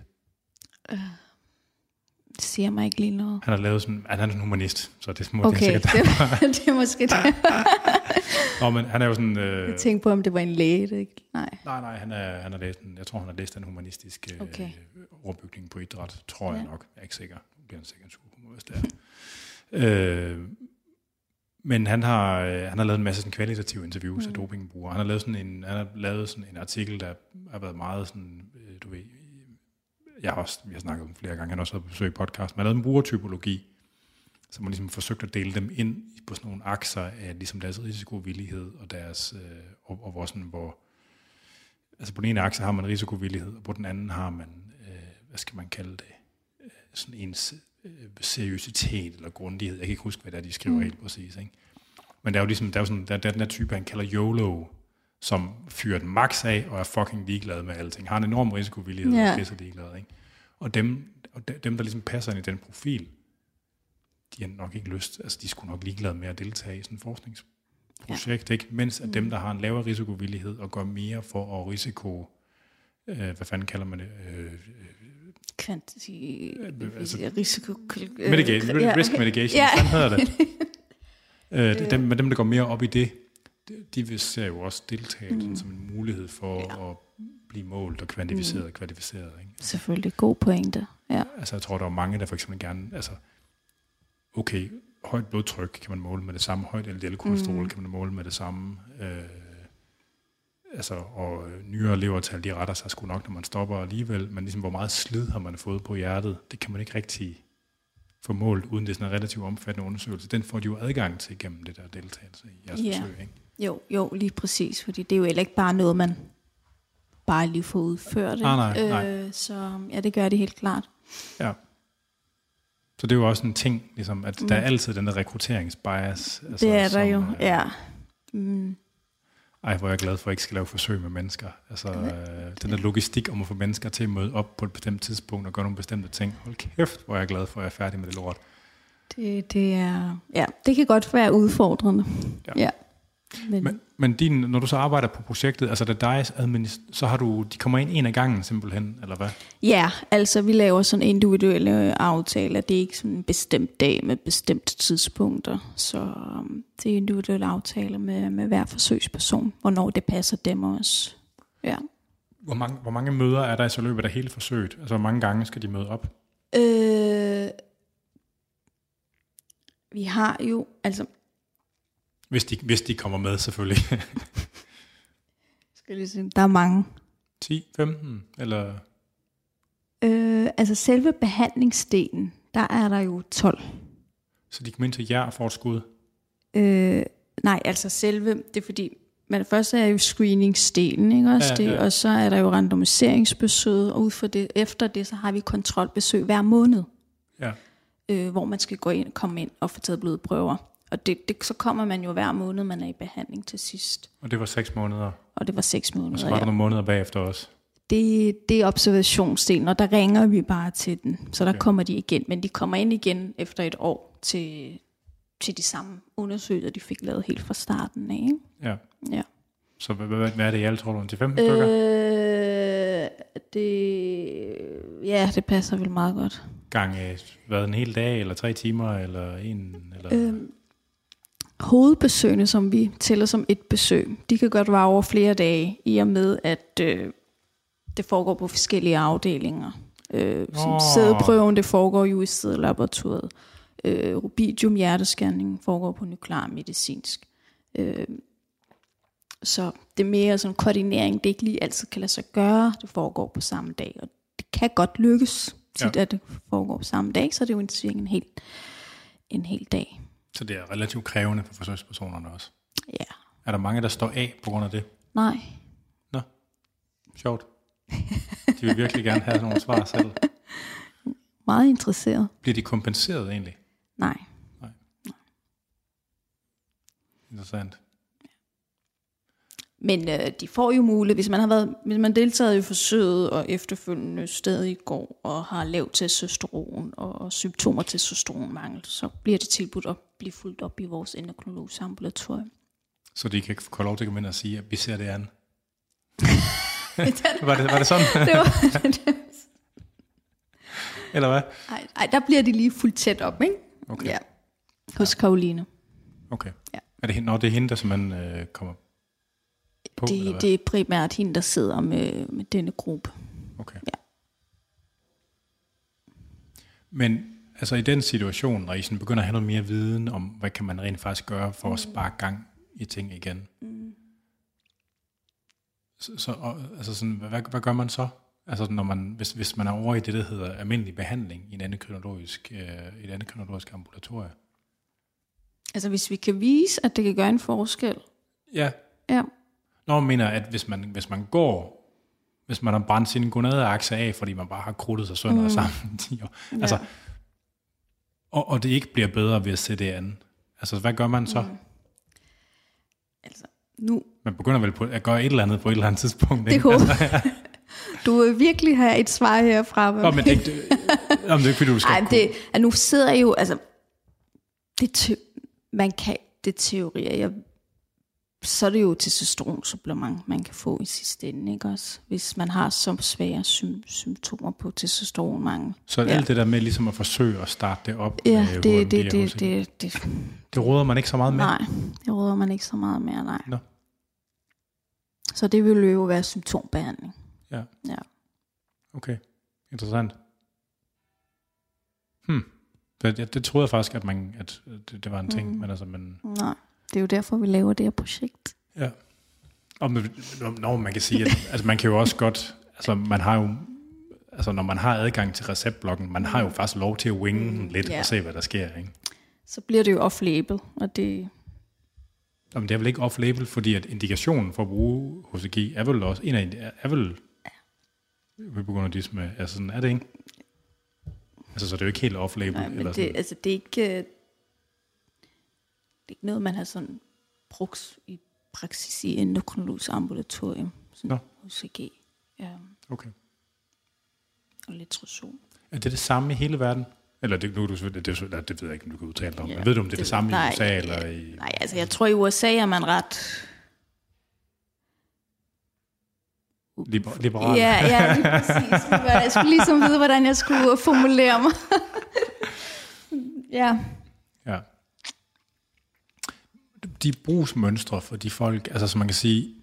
Det siger mig ikke lige noget. Han har lavet sådan, han er en humanist, så det må okay, det det er måske det. Men han er jo sådan. Jeg tænkte på, om det var en læge, det ikke? Nej, han har læst jeg tror han har læst den humanistiske overbygning på idræt, tror jeg nok. Jeg er ikke sikker. Det bliver en sikker hvis det er. Men han har lavet en masse sådan kvalitative interviews af dopingbrugere. Han har lavet sådan en artikel, der har været meget sådan, du ved, vi har snakket om flere gange, han har også været på besøg i podcast, man har lavet en brugertypologi, så man ligesom forsøgt at dele dem ind på sådan nogle akser af ligesom deres risikovillighed og deres, og hvor altså på den ene akse har man risikovillighed, og på den anden har man, hvad skal man kalde det, sådan ens seriøsitet eller grundighed. Jeg kan ikke huske, hvad det er, de skriver helt præcis, ikke? Men der er jo ligesom, der er den her type, han kalder YOLO, som fyrer den max af og er fucking ligeglad med alting. Har en enorm risikovillighed og er så ligeglad, ikke? Og dem, der ligesom passer ind i den profil, de har nok ikke lyst, altså de skulle nok ligeglade med at deltage i sådan et forskningsprojekt, ikke? Mens at dem, der har en lavere risikovillighed og gør mere for at hvad fanden kalder man det? Risk mitigation, sådan hedder det. Dem, der går mere op i det, de ser jo også deltagelsen som en mulighed for at blive målt og kvalificeret. Ikke? Selvfølgelig, god pointe. Ja. Altså jeg tror, der er mange, der for eksempel gerne, altså okay, højt blodtryk kan man måle med det samme, højt LDL-kolesterol kan man måle med det samme, og nyere levertal, de retter sig sgu nok, når man stopper alligevel, men ligesom hvor meget slid har man fået på hjertet, det kan man ikke rigtig få målt, uden det er sådan en relativt omfattende undersøgelse. Den får de jo adgang til gennem det der deltagelse i jeres forsøg, ikke? Jo, lige præcis, fordi det er jo heller ikke bare noget, man bare lige får udført. Nej. Så ja, det gør det helt klart. Ja. Så det er jo også en ting, ligesom, at der er altid den der rekrutteringsbias. Altså, det er der jo, ja. Ej, hvor er jeg glad for, at jeg ikke skal lave forsøg med mennesker. Altså, den der logistik om at få mennesker til at møde op på et bestemt tidspunkt og gøre nogle bestemte ting. Hold kæft, hvor er jeg glad for, at jeg er færdig med det lort. Det er, ja, det kan godt være udfordrende. Ja. Men når du så arbejder på projektet, altså det er dig, så har de kommer ind en af gangen simpelthen, eller hvad? Ja, altså vi laver sådan individuelle aftaler. Det er ikke sådan en bestemt dag med bestemte tidspunkter. Så det er individuelle aftaler med hver forsøgsperson, hvornår det passer dem også. Ja. Hvor mange møder er der i så løbet af hele forsøget? Altså hvor mange gange skal de møde op? Vi har jo, altså Hvis de kommer med, selvfølgelig. Skal lige se, der er mange. 10, 15, eller? Altså selve behandlingsdelen, der er der jo 12. Så de kommer ind til jer for et skud? Nej, altså selve, det er fordi, men først er jo screeningsdelen, ikke også? Ja. Og så er der jo randomiseringsbesøg, og ud for det, efter det, så har vi kontrolbesøg hver måned. Ja. Hvor man skal komme ind og få taget blodprøver. Og så kommer man jo hver måned, man er i behandling til sidst. Og det var 6 måneder? Og det var 6 måneder, og så var der nogle måneder bagefter også? Det er observationsdelen, og der ringer vi bare til den. Så der kommer de igen, men de kommer ind igen efter et år til de samme undersøgelser, de fik lavet helt fra starten af. Ikke? Ja. Så hvad er det i alt, tror du? Til 15 stykker? Det passer vel meget godt. gange en hel dag, eller 3 timer, eller en? Eller? Hovedbesøgene, som vi tæller som et besøg, de kan godt vare over flere dage, i og med, at det foregår på forskellige afdelinger. Som sædeprøven, det foregår jo i sædelaboratoriet. Rubidium hjertescanning foregår på nuklearmedicinsk. Så det er mere sådan koordinering, det ikke lige altid kan lade sig gøre. Det foregår på samme dag, og det kan godt lykkes tit, at det foregår på samme dag, så det er jo en hel dag. Så det er relativt krævende for forsøgspersonerne også? Ja. Er der mange, der står af på grund af det? Nej. Nå, sjovt. De vil virkelig gerne have nogle svar selv. Meget interesseret. Bliver de kompenseret egentlig? Nej. Interessant. Men de får jo mulighed, hvis man deltaget i forsøget og efterfølgende stadig går og har lav testosteron og symptomer til testosteronmangel, så bliver det tilbudt at blive fulgt op i vores endokrinologiske ambulatorium. Så de kan ikke få lov til at komme ind og sige, at vi ser det an? var det sådan? Det var det. Eller hvad? Nej, der bliver de lige fuldt tæt op, ikke? Okay. Ja. Hos Karoline. Okay. Ja. Er det hende, der simpelthen kommer på? Det er primært hende, der sidder med denne gruppe. Okay. Ja. Men altså i den situation, når I sådan begynder at have noget mere viden om, hvad kan man rent faktisk gøre for at sparke gang i ting igen. Altså sådan, hvad gør man så? Altså når man, hvis man er over i det, der hedder almindelig behandling i et endokrinologisk ambulatorie. Altså hvis vi kan vise, at det kan gøre en forskel. Ja. Ja. Når man mener, at hvis man har brændt sine gonadeakser af, fordi man bare har krudtet sig sønder sammen. Altså, og det ikke bliver bedre ved at se det an. Altså, hvad gør man så? Altså, nu... Man begynder vel på at gøre et eller andet på et eller andet tidspunkt. Det håber du vil virkelig have et svar herfra. Men det er ikke, fordi du skal nu sidder jo... Altså, man kan... Det teorier... Så er det jo testosteronsupplement, man kan få i sidste ende, ikke også? Hvis man har så svære symptomer på testosteronmangel. Så alt det der med ligesom at forsøge at starte det op? Ja, det råder man ikke så meget med? Nej, det råder man ikke så meget mere, nej. Nå. Så det vil jo være symptombehandling. Ja. Okay, interessant. Det troede jeg faktisk, at det var en ting, men altså... Nej. Det er jo derfor, vi laver det her projekt. Ja. Og man kan sige, at altså man kan jo også godt, altså man har jo, altså når man har adgang til receptblokken, man har jo faktisk lov til at winge lidt og se, hvad der sker, ikke? Så bliver det jo off-label, og det... Jamen det er vel ikke off-label, fordi at indikationen for at bruge HCG er vel også, hypogonadisme, altså sådan, er det ikke? Altså så det er jo ikke helt off-label. Nej, men eller det er ikke... Det er ikke noget, man har sådan brugt i praksis i endokrinologisk ambulatorium. Sådan HCG. Ja. Okay. Og litroson. Er det samme i hele verden? Eller det ved jeg ikke, om du kan udtale dig om. Ja, ved du, om det er det samme i USA? Eller i... Nej, altså jeg tror i USA er man ret... Liberal. Ja, lige præcis. Jeg skulle ligesom vide, hvordan jeg skulle formulere mig. Ja. De brugsmønstre for de folk, altså som man kan sige,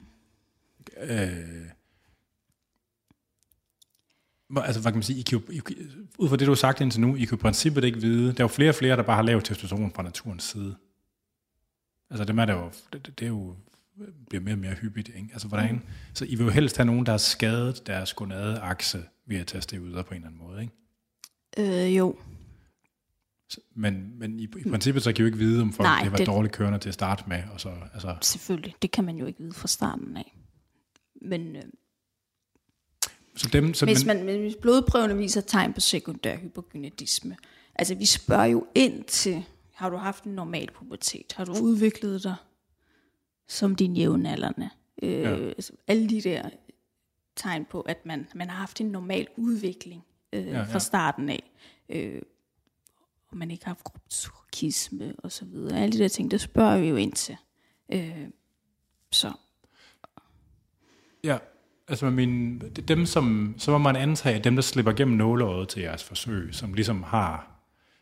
altså hvad kan man sige, ud fra det du har sagt indtil nu, I kan i princippet ikke vide, der er jo flere og flere, der bare har lavet testosteron fra naturens side. Altså det er jo bliver mere og mere hyppigt, ikke? Altså hvordan, så I vil jo helst have nogen, der har skadet deres gonadeakse ved at tage steroider på en eller anden måde, ikke? Jo. Men i princippet så kan I jo ikke vide, om folk det var dårligt kørende til at starte med. Og så, altså. Selvfølgelig, det kan man jo ikke vide fra starten af. Men hvis blodprøverne viser tegn på sekundær hypogonadisme, altså vi spørger jo ind til, har du haft en normal pubertet? Har du udviklet dig som din jævnaldrende? Altså, alle de der tegn på, at man har haft en normal udvikling fra starten af. Og man ikke har haft gruppesurkisme og så videre. Alle de der ting, det spørger vi jo ind til. Så. Ja, Altså dem, så må man antage, at dem, der slipper gennem nåleøjet til jeres forsøg, som ligesom har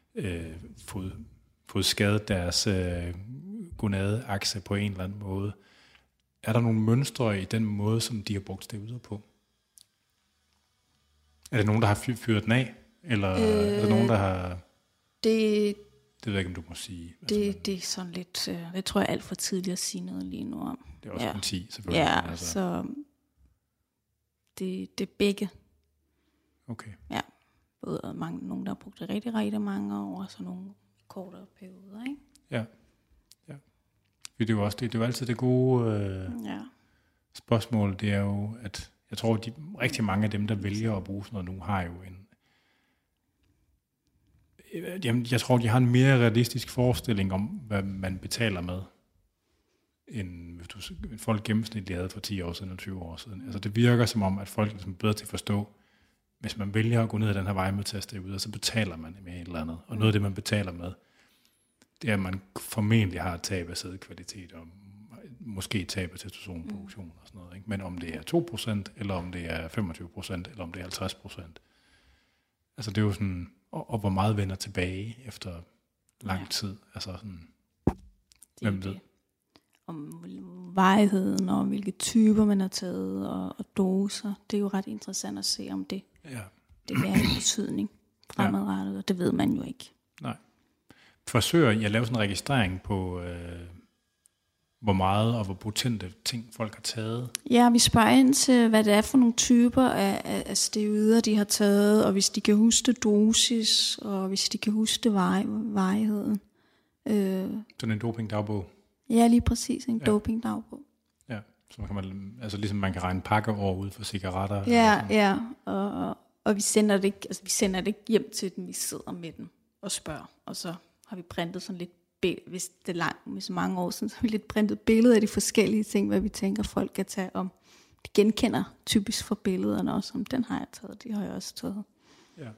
fået skadet deres gonadeakse på en eller anden måde, er der nogle mønstre i den måde, som de har brugt steroider på? Er det nogen, der har fyret den af? Eller er der nogen, der har... Det ved jeg ikke, om du må sige. Det er sådan lidt... det tror jeg er alt for tidligt at sige noget lige nu om. Det er også en 10, selvfølgelig. Ja, altså. Så... Det er begge. Okay. Ja. Både nogen, der har brugt det rigtig, rigtig mange år, og så nogle kortere perioder, ikke? Ja. Det er jo også det er jo altid det gode spørgsmål. Det er jo, at jeg tror, at rigtig mange af dem, der vælger at bruge sådan noget nu, har jo jeg tror, de har en mere realistisk forestilling om, hvad man betaler med, end hvis folk gennemsnitligt havde for 10 år siden og 20 år siden. Altså det virker som om, at folk er bedre til at forstå, hvis man vælger at gå ned ad den her vej med til at stå ud, så betaler man med et eller andet. Og noget af det, man betaler med, det er, at man formentlig har et tab af sædkvalitet, og måske tab af testosteronproduktion og sådan noget. Ikke? Men om det er 2%, eller om det er 25%, eller om det er 50%. Altså det er jo sådan, og hvor meget vender tilbage efter lang tid. Altså sådan, hvem ved? Om varigheden, og hvilke typer man har taget, og doser. Det er jo ret interessant at se, om det vil have en betydning fremadrettet, og det ved man jo ikke. Nej. Forsøger I at lave sådan en registrering på, hvor meget og hvor potente ting folk har taget? Ja, vi spørger ind til, hvad det er for nogle typer af steroider, de har taget, og hvis de kan huske dosis, og hvis de kan huske varigheden. Sådan en dopingdagbog? Ja, lige præcis, en dopingdagbog. Ja, så kan man, altså ligesom man kan regne pakkeår ud for cigaretter. Ja, og vi sender det ikke hjem til dem, vi sidder med dem og spørger, og så har vi printet sådan lidt, hvis det er langt, hvis mange år siden, så har vi lidt printet billeder af de forskellige ting, hvad vi tænker folk kan tage, om de genkender typisk for billederne også, om den har jeg taget, de har jeg også taget. Ja.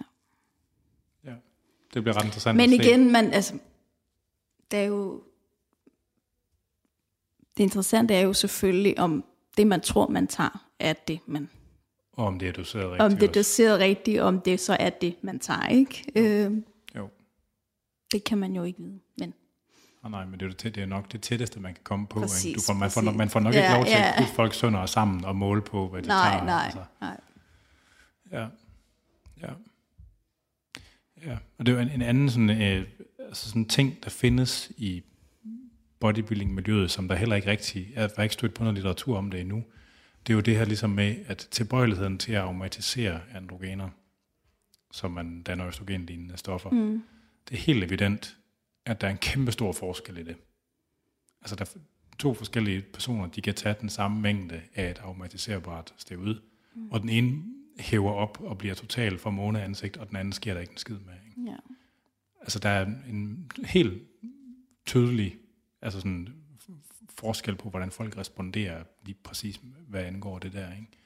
Det bliver ret interessant. Men igen, det er jo, det interessante er jo selvfølgelig, om det man tror man tager, er det man. Og om det er doseret rigtigt. Om det er doseret rigtigt, om det så er det man tager, ikke? Jo. Det kan man jo ikke vide, men... Nej, men det er nok det tætteste, man kan komme på. Præcis, man får nok ikke lov til at putte folk sønder sammen og måle på, hvad de tager. Nej. Ja, og det er jo en anden sådan ting, der findes i bodybuilding-miljøet, som der heller ikke rigtig, jeg har ikke stødt på noget litteratur om det endnu. Det er jo det her ligesom med, at tilbøjeligheden til at aromatisere androgener, som man danner østrogenlignende stoffer, det er helt evident, at der er en kæmpe stor forskel i det. Altså der er 2 forskellige personer, de kan tage den samme mængde af et aromatiserbart steroid, og den ene hæver op og bliver totalt for måneansigt, og den anden sker der ikke en skid med. Ikke? Ja. Altså der er en helt tydelig sådan forskel på, hvordan folk responderer lige præcis, hvad angår det der. Ikke?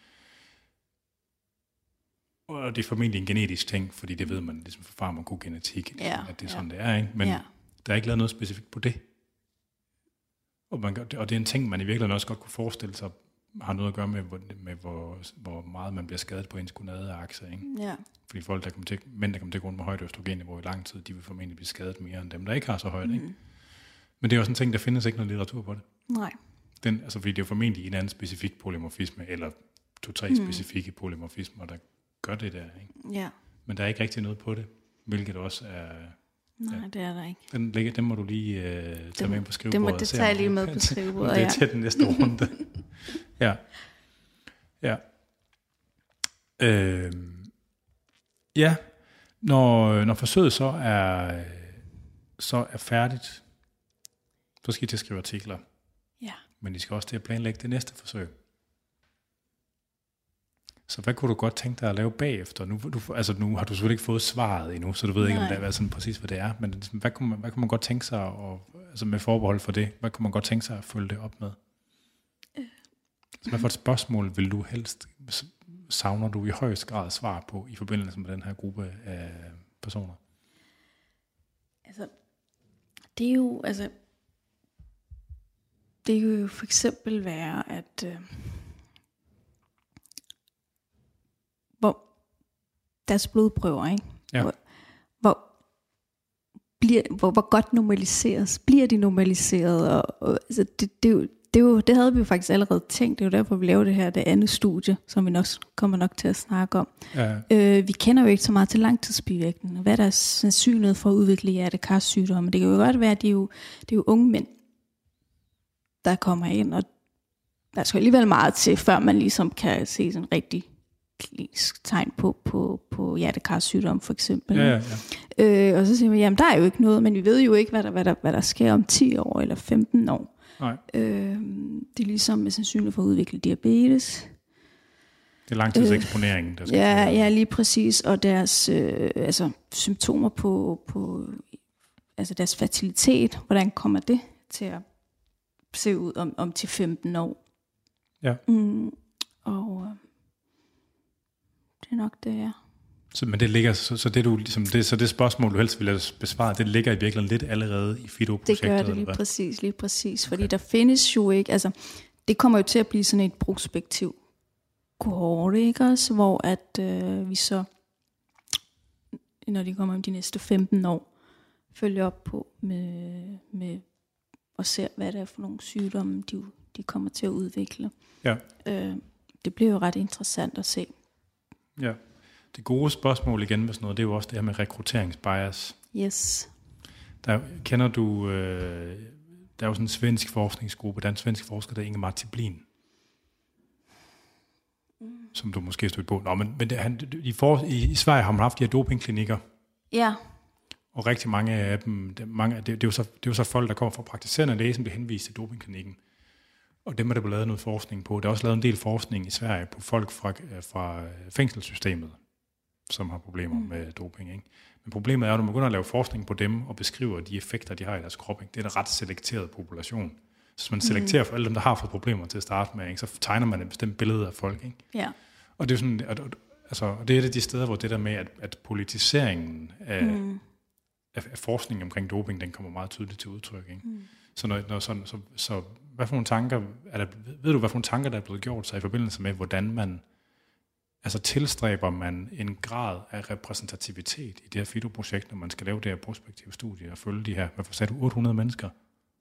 Og det er formentlig en genetisk ting, fordi det ved man ligesom fra farmakogenetik, at det er sådan, det er. Ikke? Men der er ikke lavet noget specifikt på det. Og det er en ting, man i virkeligheden også godt kunne forestille sig, har noget at gøre med hvor meget man bliver skadet på ens gonadeakse. Ikke? Ja. Fordi mænd, der kommer til grund med højt østrogenniveau i lang tid, de vil formentlig blive skadet mere end dem, der ikke har så højt. Ikke? Men det er også en ting, der findes ikke noget litteratur på det. Nej. Fordi det er jo formentlig en anden specifik polymorfisme, eller 2-3 specifikke polymorfismer, der gør det der. Ikke? Ja. Men der er ikke rigtig noget på det, hvilket også er... Nej, det er der ikke. Den må du lige tage med på skrivebordet. Det tager jeg lige med på skrivebordet, det er til den næste runde. Ja. Når forsøget så er færdigt, så skal I til at skrive artikler. Ja. Men I skal også til at planlægge det næste forsøg. Så hvad kunne du godt tænke dig at lave bagefter? Nu har du selvfølgelig ikke fået svaret endnu, så du ved ikke, om det er sådan præcis, hvad det er. Men hvad kunne man godt tænke sig, med forbehold for det, hvad kunne man godt tænke sig at følge det op med? Så hvad for et spørgsmål vil du helst, savner du i højst grad svar på, i forbindelse med den her gruppe af personer? Det er jo for eksempel være, at deres blodprøver, ikke? Ja. Hvor godt normaliseres. Bliver de normaliseret? Og altså det havde vi jo faktisk allerede tænkt. Det er jo derfor, vi laver det her, det andet studie, som vi kommer nok til at snakke om. Ja. Vi kender jo ikke så meget til langtidsbivirkninger. Hvad er der sandsynlighed for at udvikle hjertekarsygdomme? Det kan jo godt være, at det er jo unge mænd, der kommer ind, og der skal alligevel meget til, før man ligesom kan se sådan rigtig klinisk tegn på hjertekarsygdom for eksempel. Ja. Og så siger vi, jamen der er jo ikke noget, men vi ved jo ikke, hvad der sker om 10 år eller 15 år. Nej. Det er ligesom med sandsynlighed for at udvikle diabetes. Det er langtidseksponeringen, der skal ja, lige præcis. Og deres symptomer på altså deres fertilitet, hvordan kommer det til at se ud om til 15 år? Ja. Og det er nok det, ja. Men det ligger, så det du ligesom det spørgsmål du helst ville have besvaret, det ligger i virkeligheden lidt allerede i FIDO-projektet. Det gør det lige præcis, fordi der findes jo ikke, altså det kommer jo til at blive sådan et prospektiv kohorte, ikke også, hvor at vi så, når de kommer om de næste 15 år, følger op på med og ser, hvad det er for nogle sygdomme, de kommer til at udvikle. Ja. Det bliver jo ret interessant at se. Ja. Det gode spørgsmål igen med sådan noget, det er jo også det her med rekrutteringsbias. Yes. Kender du, der er jo sådan en svensk forskningsgruppe, der er en svensk forsker, der er Ingemar Tiblin, som du måske stødte på. Nå, men i Sverige har man haft de her dopingklinikker. Ja. Og rigtig mange af dem, det er jo så folk, der kommer fra praktiserende læge, som bliver henvist til dopingklinikken. Og dem er der blevet lavet noget forskning på. Der er også lavet en del forskning i Sverige på folk fra fængselssystemet, som har problemer med doping. Ikke? Men problemet er, at når man begynder at lave forskning på dem og beskriver de effekter, de har i deres krop, ikke? Det er en ret selekteret population. Så hvis man selekterer for alle dem, der har fået problemer til at starte med, ikke? Så tegner man et bestemt billede af folk. Ikke? Ja. Og det er sådan, det er et af de steder, hvor det der med, at politiseringen af forskningen omkring doping, den kommer meget tydeligt til udtryk. Ikke? Så hvad for nogle tanker ved du, hvad for nogle tanker, der er blevet gjort sig i forbindelse med, hvordan man tilstræber man en grad af repræsentativitet i det her FIDO-projekt, når man skal lave det her prospektive studie og følge de her, hvad sagde du, 800 mennesker?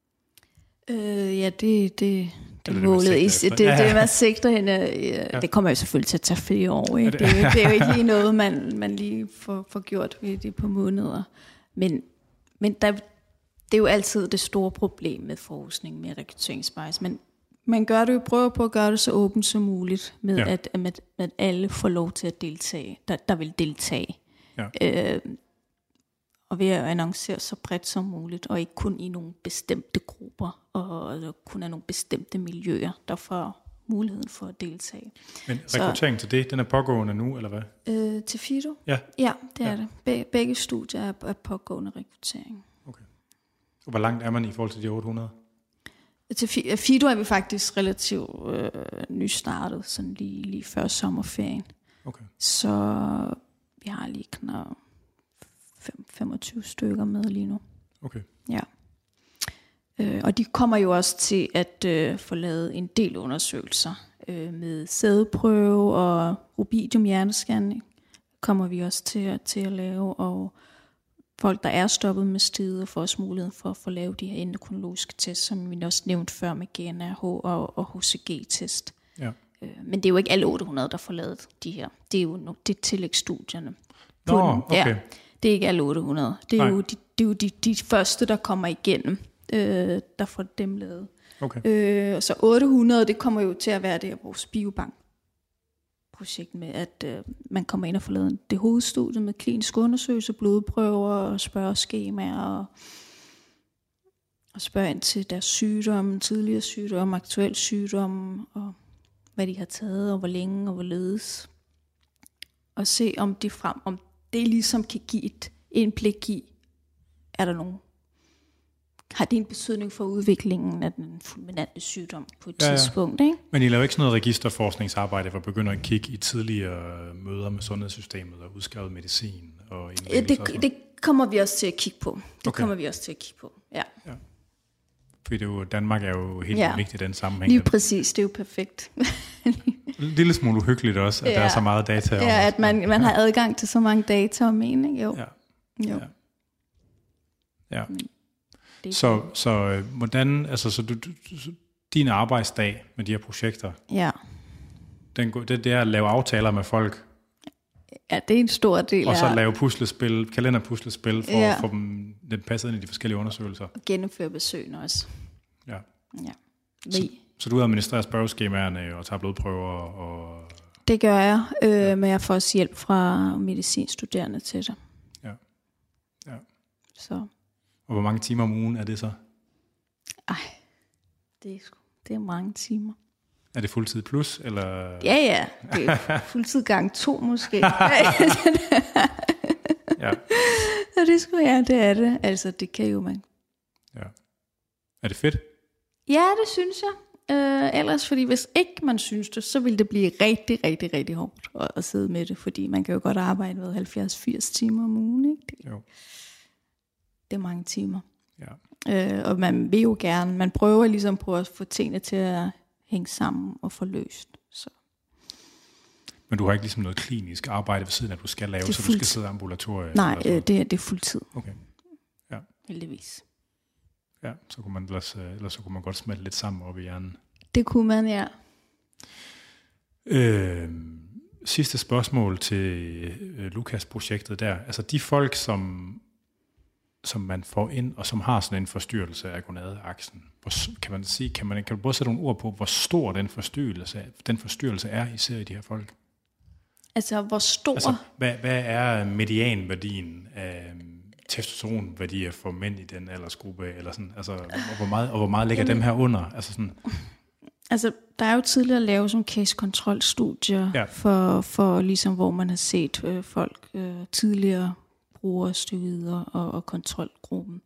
Ja, det målet. Det var sigter hende. Det kommer jo selvfølgelig til at tage flere år. Ikke? Det er jo ikke lige noget, man lige får gjort ved det på måneder. Men det er jo altid det store problem med forskning, med rekrutteringsbias. Men man prøver på at gøre det så åbent som muligt, med at alle får lov til at deltage, der vil deltage. Ja. Og ved at annoncere så bredt som muligt, og ikke kun i nogle bestemte grupper, og kun af nogle bestemte miljøer, der får muligheden for at deltage. Men rekrutteringen til det, den er pågående nu, eller hvad? Til FIDO? Ja, det er det. Begge studier er pågående rekruttering. Okay. Og hvor langt er man i forhold til de 800? Til FIDO er vi faktisk relativt nystartet, sådan lige før sommerferien. Okay. Så vi har lige knap 25 stykker med lige nu. Okay. Ja. Og de kommer jo også til at få lavet en del undersøgelser med sædeprøve og rubidium hjernescanning kommer vi også til at lave, og folk, der er stoppet med steder, får også muligheden for at få lavet de her endokrinologiske tests, som vi også nævnte før med GNRH og HCG-test. Ja. Men det er jo ikke alle 800, der får lavet de her. Det er jo tillægsstudierne. Nå, okay. Ja, det er ikke alle 800. Det er jo de første, der kommer igennem, der får dem lavet. Okay. Så 800, det kommer jo til at være det af vores biobank-projekt med, at man kommer ind og får lavet det hovedstudie med klinisk undersøgelse, blodprøver og spørgeskemaer og spørge ind til deres sygdomme, tidligere sygdomme, aktuel sygdomme, og hvad de har taget, og hvor længe og hvorledes. Og se om det ligesom kan give et indblik i, har det en betydning for udviklingen af den fulminante sygdom på et tidspunkt, ikke? Men I laver ikke sådan noget registerforskningsarbejde, hvor begynder at kigge i tidligere møder med sundhedssystemet og udskrevet medicin og det kommer vi også til at kigge på. Ja. Fordi Danmark er jo helt unikt i den sammenhæng. Lige præcis, det er jo perfekt. En lille smule uhyggeligt også, at der er så meget data om. Ja, at man har adgang til så mange data om en, ikke? Jo. Jo. Ja. Så hvordan, altså så din arbejdsdag med de her projekter, det er at lave aftaler med folk. Ja, det er en stor del. Og så lave puslespil, kalenderpuslespil for at få dem den passet ind i de forskellige undersøgelser. Og gennemføre besøgene også. Ja. Så du administrerer spørgeskemaerne og tager blodprøver og... Det gør jeg, men jeg får også hjælp fra medicinstuderende til det. Ja. Så. Og hvor mange timer om ugen er det så? Det er mange timer. Er det fuldtid plus, eller? Ja, det er fuldtid gang 2 måske. Ja. Det er det. Altså, det kan jo man. Ja. Er det fedt? Ja, det synes jeg. Ellers, fordi hvis ikke man synes det, så vil det blive rigtig, rigtig, rigtig hårdt at sidde med det, fordi man kan jo godt arbejde ved 70-80 timer om ugen, ikke? Jo. Det er mange timer. Ja. Og man vil jo gerne, man prøver ligesom på at få tingene til at hænge sammen og få løst. Så. Men du har ikke ligesom noget klinisk arbejde ved siden af, du skal lave, så du skal sidde i ambulatoriet? Nej, det er fuldtid. Okay. Ja. Heldigvis. Ja, så kunne man ellers så kunne man godt smelte lidt sammen op i hjernen. Det kunne man, ja. Sidste spørgsmål til Lukas-projektet der. Altså de folk, som man får ind, og som har sådan en forstyrrelse af gonadeaksen, kan du både sætte nogle ord på, hvor stor den forstyrrelse er, især i de her folk? Altså, hvor stor? Altså, hvad er medianværdien af testosteronværdier for mænd i den aldersgruppe, eller sådan, altså, hvor meget ligger dem her under? Altså, sådan. Altså, der er jo tidligere lavet sådan case-kontrol-studier, for ligesom, hvor man har set folk tidligere bruger steroider og kontrolgruppen.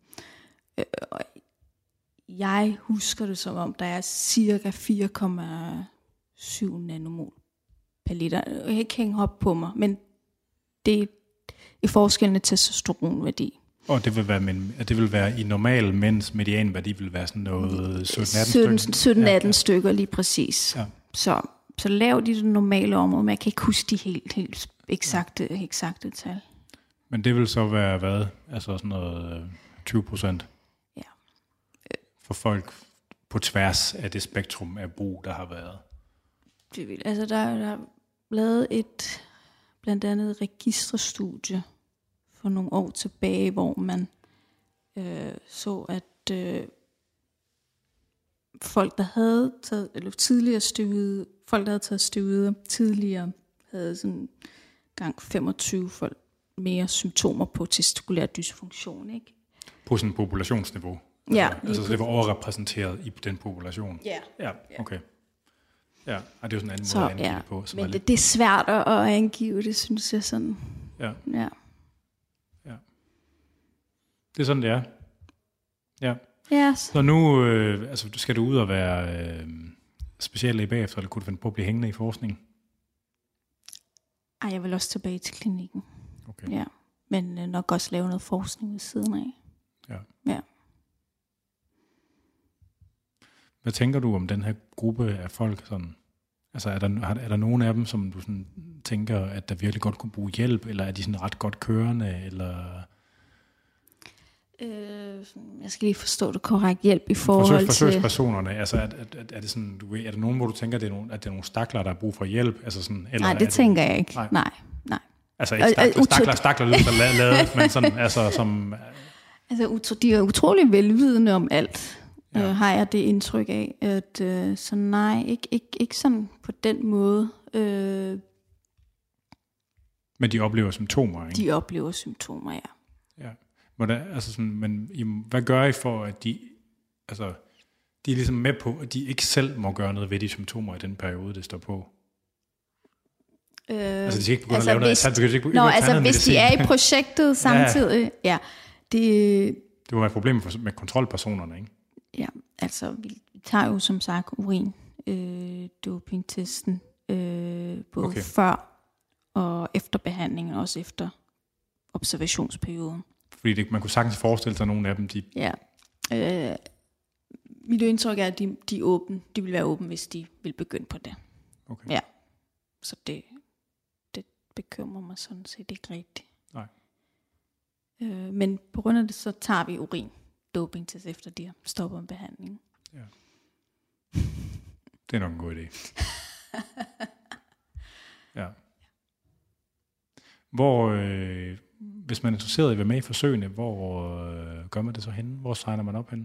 Jeg husker det som om, der er cirka 4,7 nanomol per liter. Jeg kan ikke hænge op på mig, men det er forskellende testosteronværdi. Og det vil være i normal mænds medianværdi vil være sådan noget 17-18 stykker lige præcis. Ja. Så lav de normale områder, men jeg kan ikke huske de helt eksakte tal. Men det vil så være hvad? Altså sådan noget 20%? Ja. For folk på tværs af det spektrum af brug, der har været? Det vil. Altså der er lavet blandt andet registerstudie for nogle år tilbage, hvor man så, at folk, der havde taget, eller tidligere steroider, folk, der havde taget steroider tidligere, havde sådan gang 25 folk mere symptomer på testikulær dysfunktion, ikke? På sådan et populationsniveau? Ja. Altså så det var overrepræsenteret i den population? Ja. Okay. Ja, og det er jo sådan en anden måde at angive det på. Men det er svært at angive, det synes jeg sådan. Ja. Ja. Det er sådan, det er. Ja. Yes. Så nu skal du ud og være speciallæge bagefter, eller kunne du finde på at blive hængende i forskning? Ej, jeg vil også tilbage til klinikken. Okay. Ja. Men nok også lave noget forskning ved siden af. Ja. Hvad tænker du om den her gruppe af folk? Sådan? Altså er der nogen af dem, som du sådan tænker, at der virkelig godt kunne bruge hjælp, eller er de sådan ret godt kørende, eller... Jeg skal lige forstå det korrekt, hjælp i forhold til... Forsøgspersonerne, altså er det sådan, er der nogen, hvor du tænker, at det er nogle stakler, der har brug for hjælp? Altså sådan, eller nej, det tænker jeg ikke. Nej. Altså ikke stakler lyder der lavet, men sådan, altså som... Altså, de er utrolig velvidende om alt, har jeg det indtryk af. At, så nej, ikke sådan på den måde. Men de oplever symptomer, ikke? De oplever symptomer, ja. Men hvad gør I for, at de er ligesom med på, at de ikke selv må gøre noget ved de symptomer i den periode, det står på? De skal ikke begynde at lave noget. Hvis de er i projektet samtidig, det må være et problem med kontrolpersonerne, ikke? Ja, altså vi tager jo som sagt urin, dopingtesten, både før og efter behandlingen, også efter observationsperioden. Fordi man kunne sagtens forestille sig, at nogle af dem, Ja. Mit indtryk er, at de er åbne. De vil være åbne, hvis de vil begynde på det. Okay. Ja, så det bekymrer mig sådan set ikke rigtigt. Nej. Men på grund af det, så tager vi urin-dopingtest efter de har stoppet en behandling. Ja. Det er nok en god idé. Ja. Hvor, hvis man er interesseret i at være med i forsøgene, hvor gør man det så henne? Hvor signer man op henne?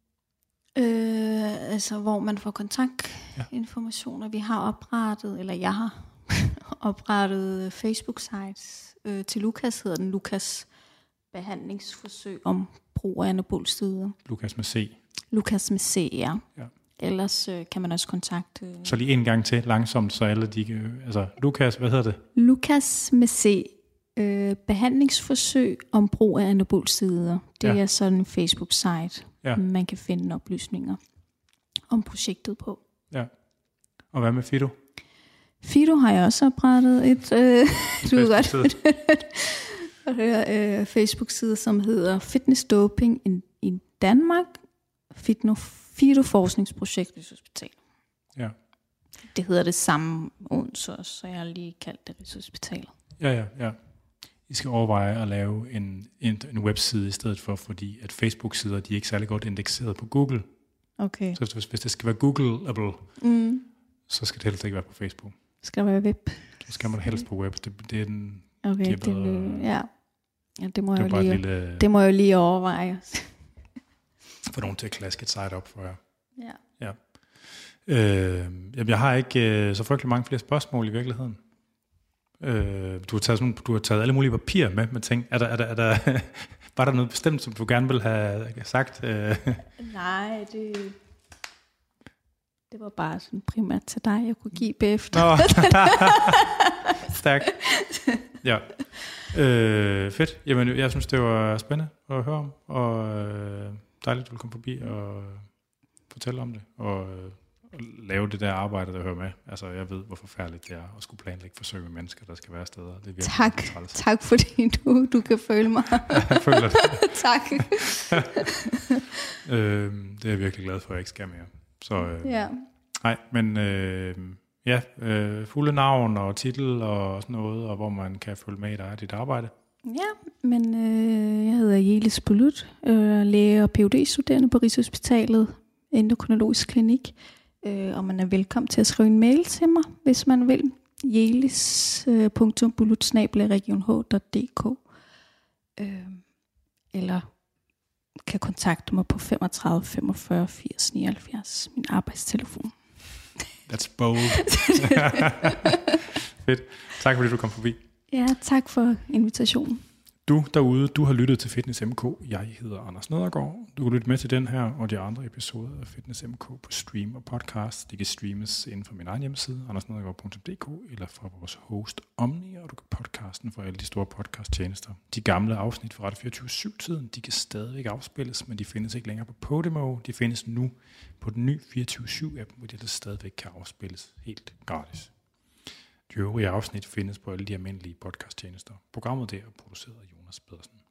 Altså, hvor man får kontaktinformationer. Vi har oprettet, eller jeg har oprettet Facebook-sites til Lukas, hedder den Lukas behandlingsforsøg om brug af anabolsteroider. Lukas med C. Lukas med C, ja. Ja. Ellers kan man også kontakte... Så lige en gang til, langsomt, så alle de kan... Altså, Lukas, hvad hedder det? Lukas med C. Behandlingsforsøg om brug af anabolsteroider. Det er sådan en Facebook-site, man kan finde oplysninger om projektet på. Ja. Og hvad med Fido? Fido har jeg også oprettet et... du kan godt Facebook-side, som hedder Fitness Doping i Danmark. Fido Forskningsprojekt Rigshospital. Ja. Det hedder det samme Odense også, så jeg har lige kaldt det Rigshospitalet. Ja. I skal overveje at lave en webside i stedet for, fordi at Facebook-sider, de er ikke særlig godt indekseret på Google. Okay. Så hvis det skal være Googleable, så skal det helst ikke være på Facebook. Skal det være web? Så skal man helst på web. Det er den... Okay, ja, det må jeg jo lige overveje. Få nogen til at klaske et site op for jer. Ja. Jeg har ikke så frygtelig mange flere spørgsmål i virkeligheden. Du har taget alle mulige papirer med ting. Er der var der noget bestemt, som du gerne ville have sagt? Nej, det var bare sådan primært til dig, jeg kunne give bagefter. Stærkt. Ja. Fedt. Jamen, jeg synes, det var spændende at høre om, og dejligt, at du kom forbi og fortælle om det, og lave det der arbejde, der hører med. Altså, jeg ved, hvor forfærdeligt det er at skulle planlægge forsøg med mennesker, der skal være steder. Det er tak fordi du kan føle mig. Jeg føler det. Tak. Det er jeg virkelig glad for, at jeg ikke skal mere. Så, ja. Nej, men fulde navn og titel og sådan noget, og hvor man kan følge med i dig og dit arbejde. Ja, men jeg hedder Jelis Polut, læge og Ph.D.-studerende på Rigshospitalet, endokrinologisk klinik, og man er velkommen til at skrive en mail til mig, hvis man vil. jelis.polut@regionh.dk eller kan kontakte mig på 35 45 80 79, min arbejdstelefon. That's bold. Fedt. Tak fordi du kom forbi. Ja, tak for invitationen. Du derude, du har lyttet til Fitness MK. Jeg hedder Anders Nedergaard. Du kan lytte med til den her og de andre episoder af Fitness MK på stream og podcast. De kan streames inden for min egen hjemmeside, andersnedergaard.dk, eller fra vores host Omni, og du kan podcasten for alle de store podcasttjenester. De gamle afsnit fra Radio 24/7-tiden, de kan stadigvæk afspilles, men de findes ikke længere på Podimo. De findes nu på den nye 24/7-app, hvor de stadigvæk kan afspilles helt gratis. De øvrige afsnit findes på alle de almindelige podcasttjenester. Programmet der er produceret af Jonas Pedersen.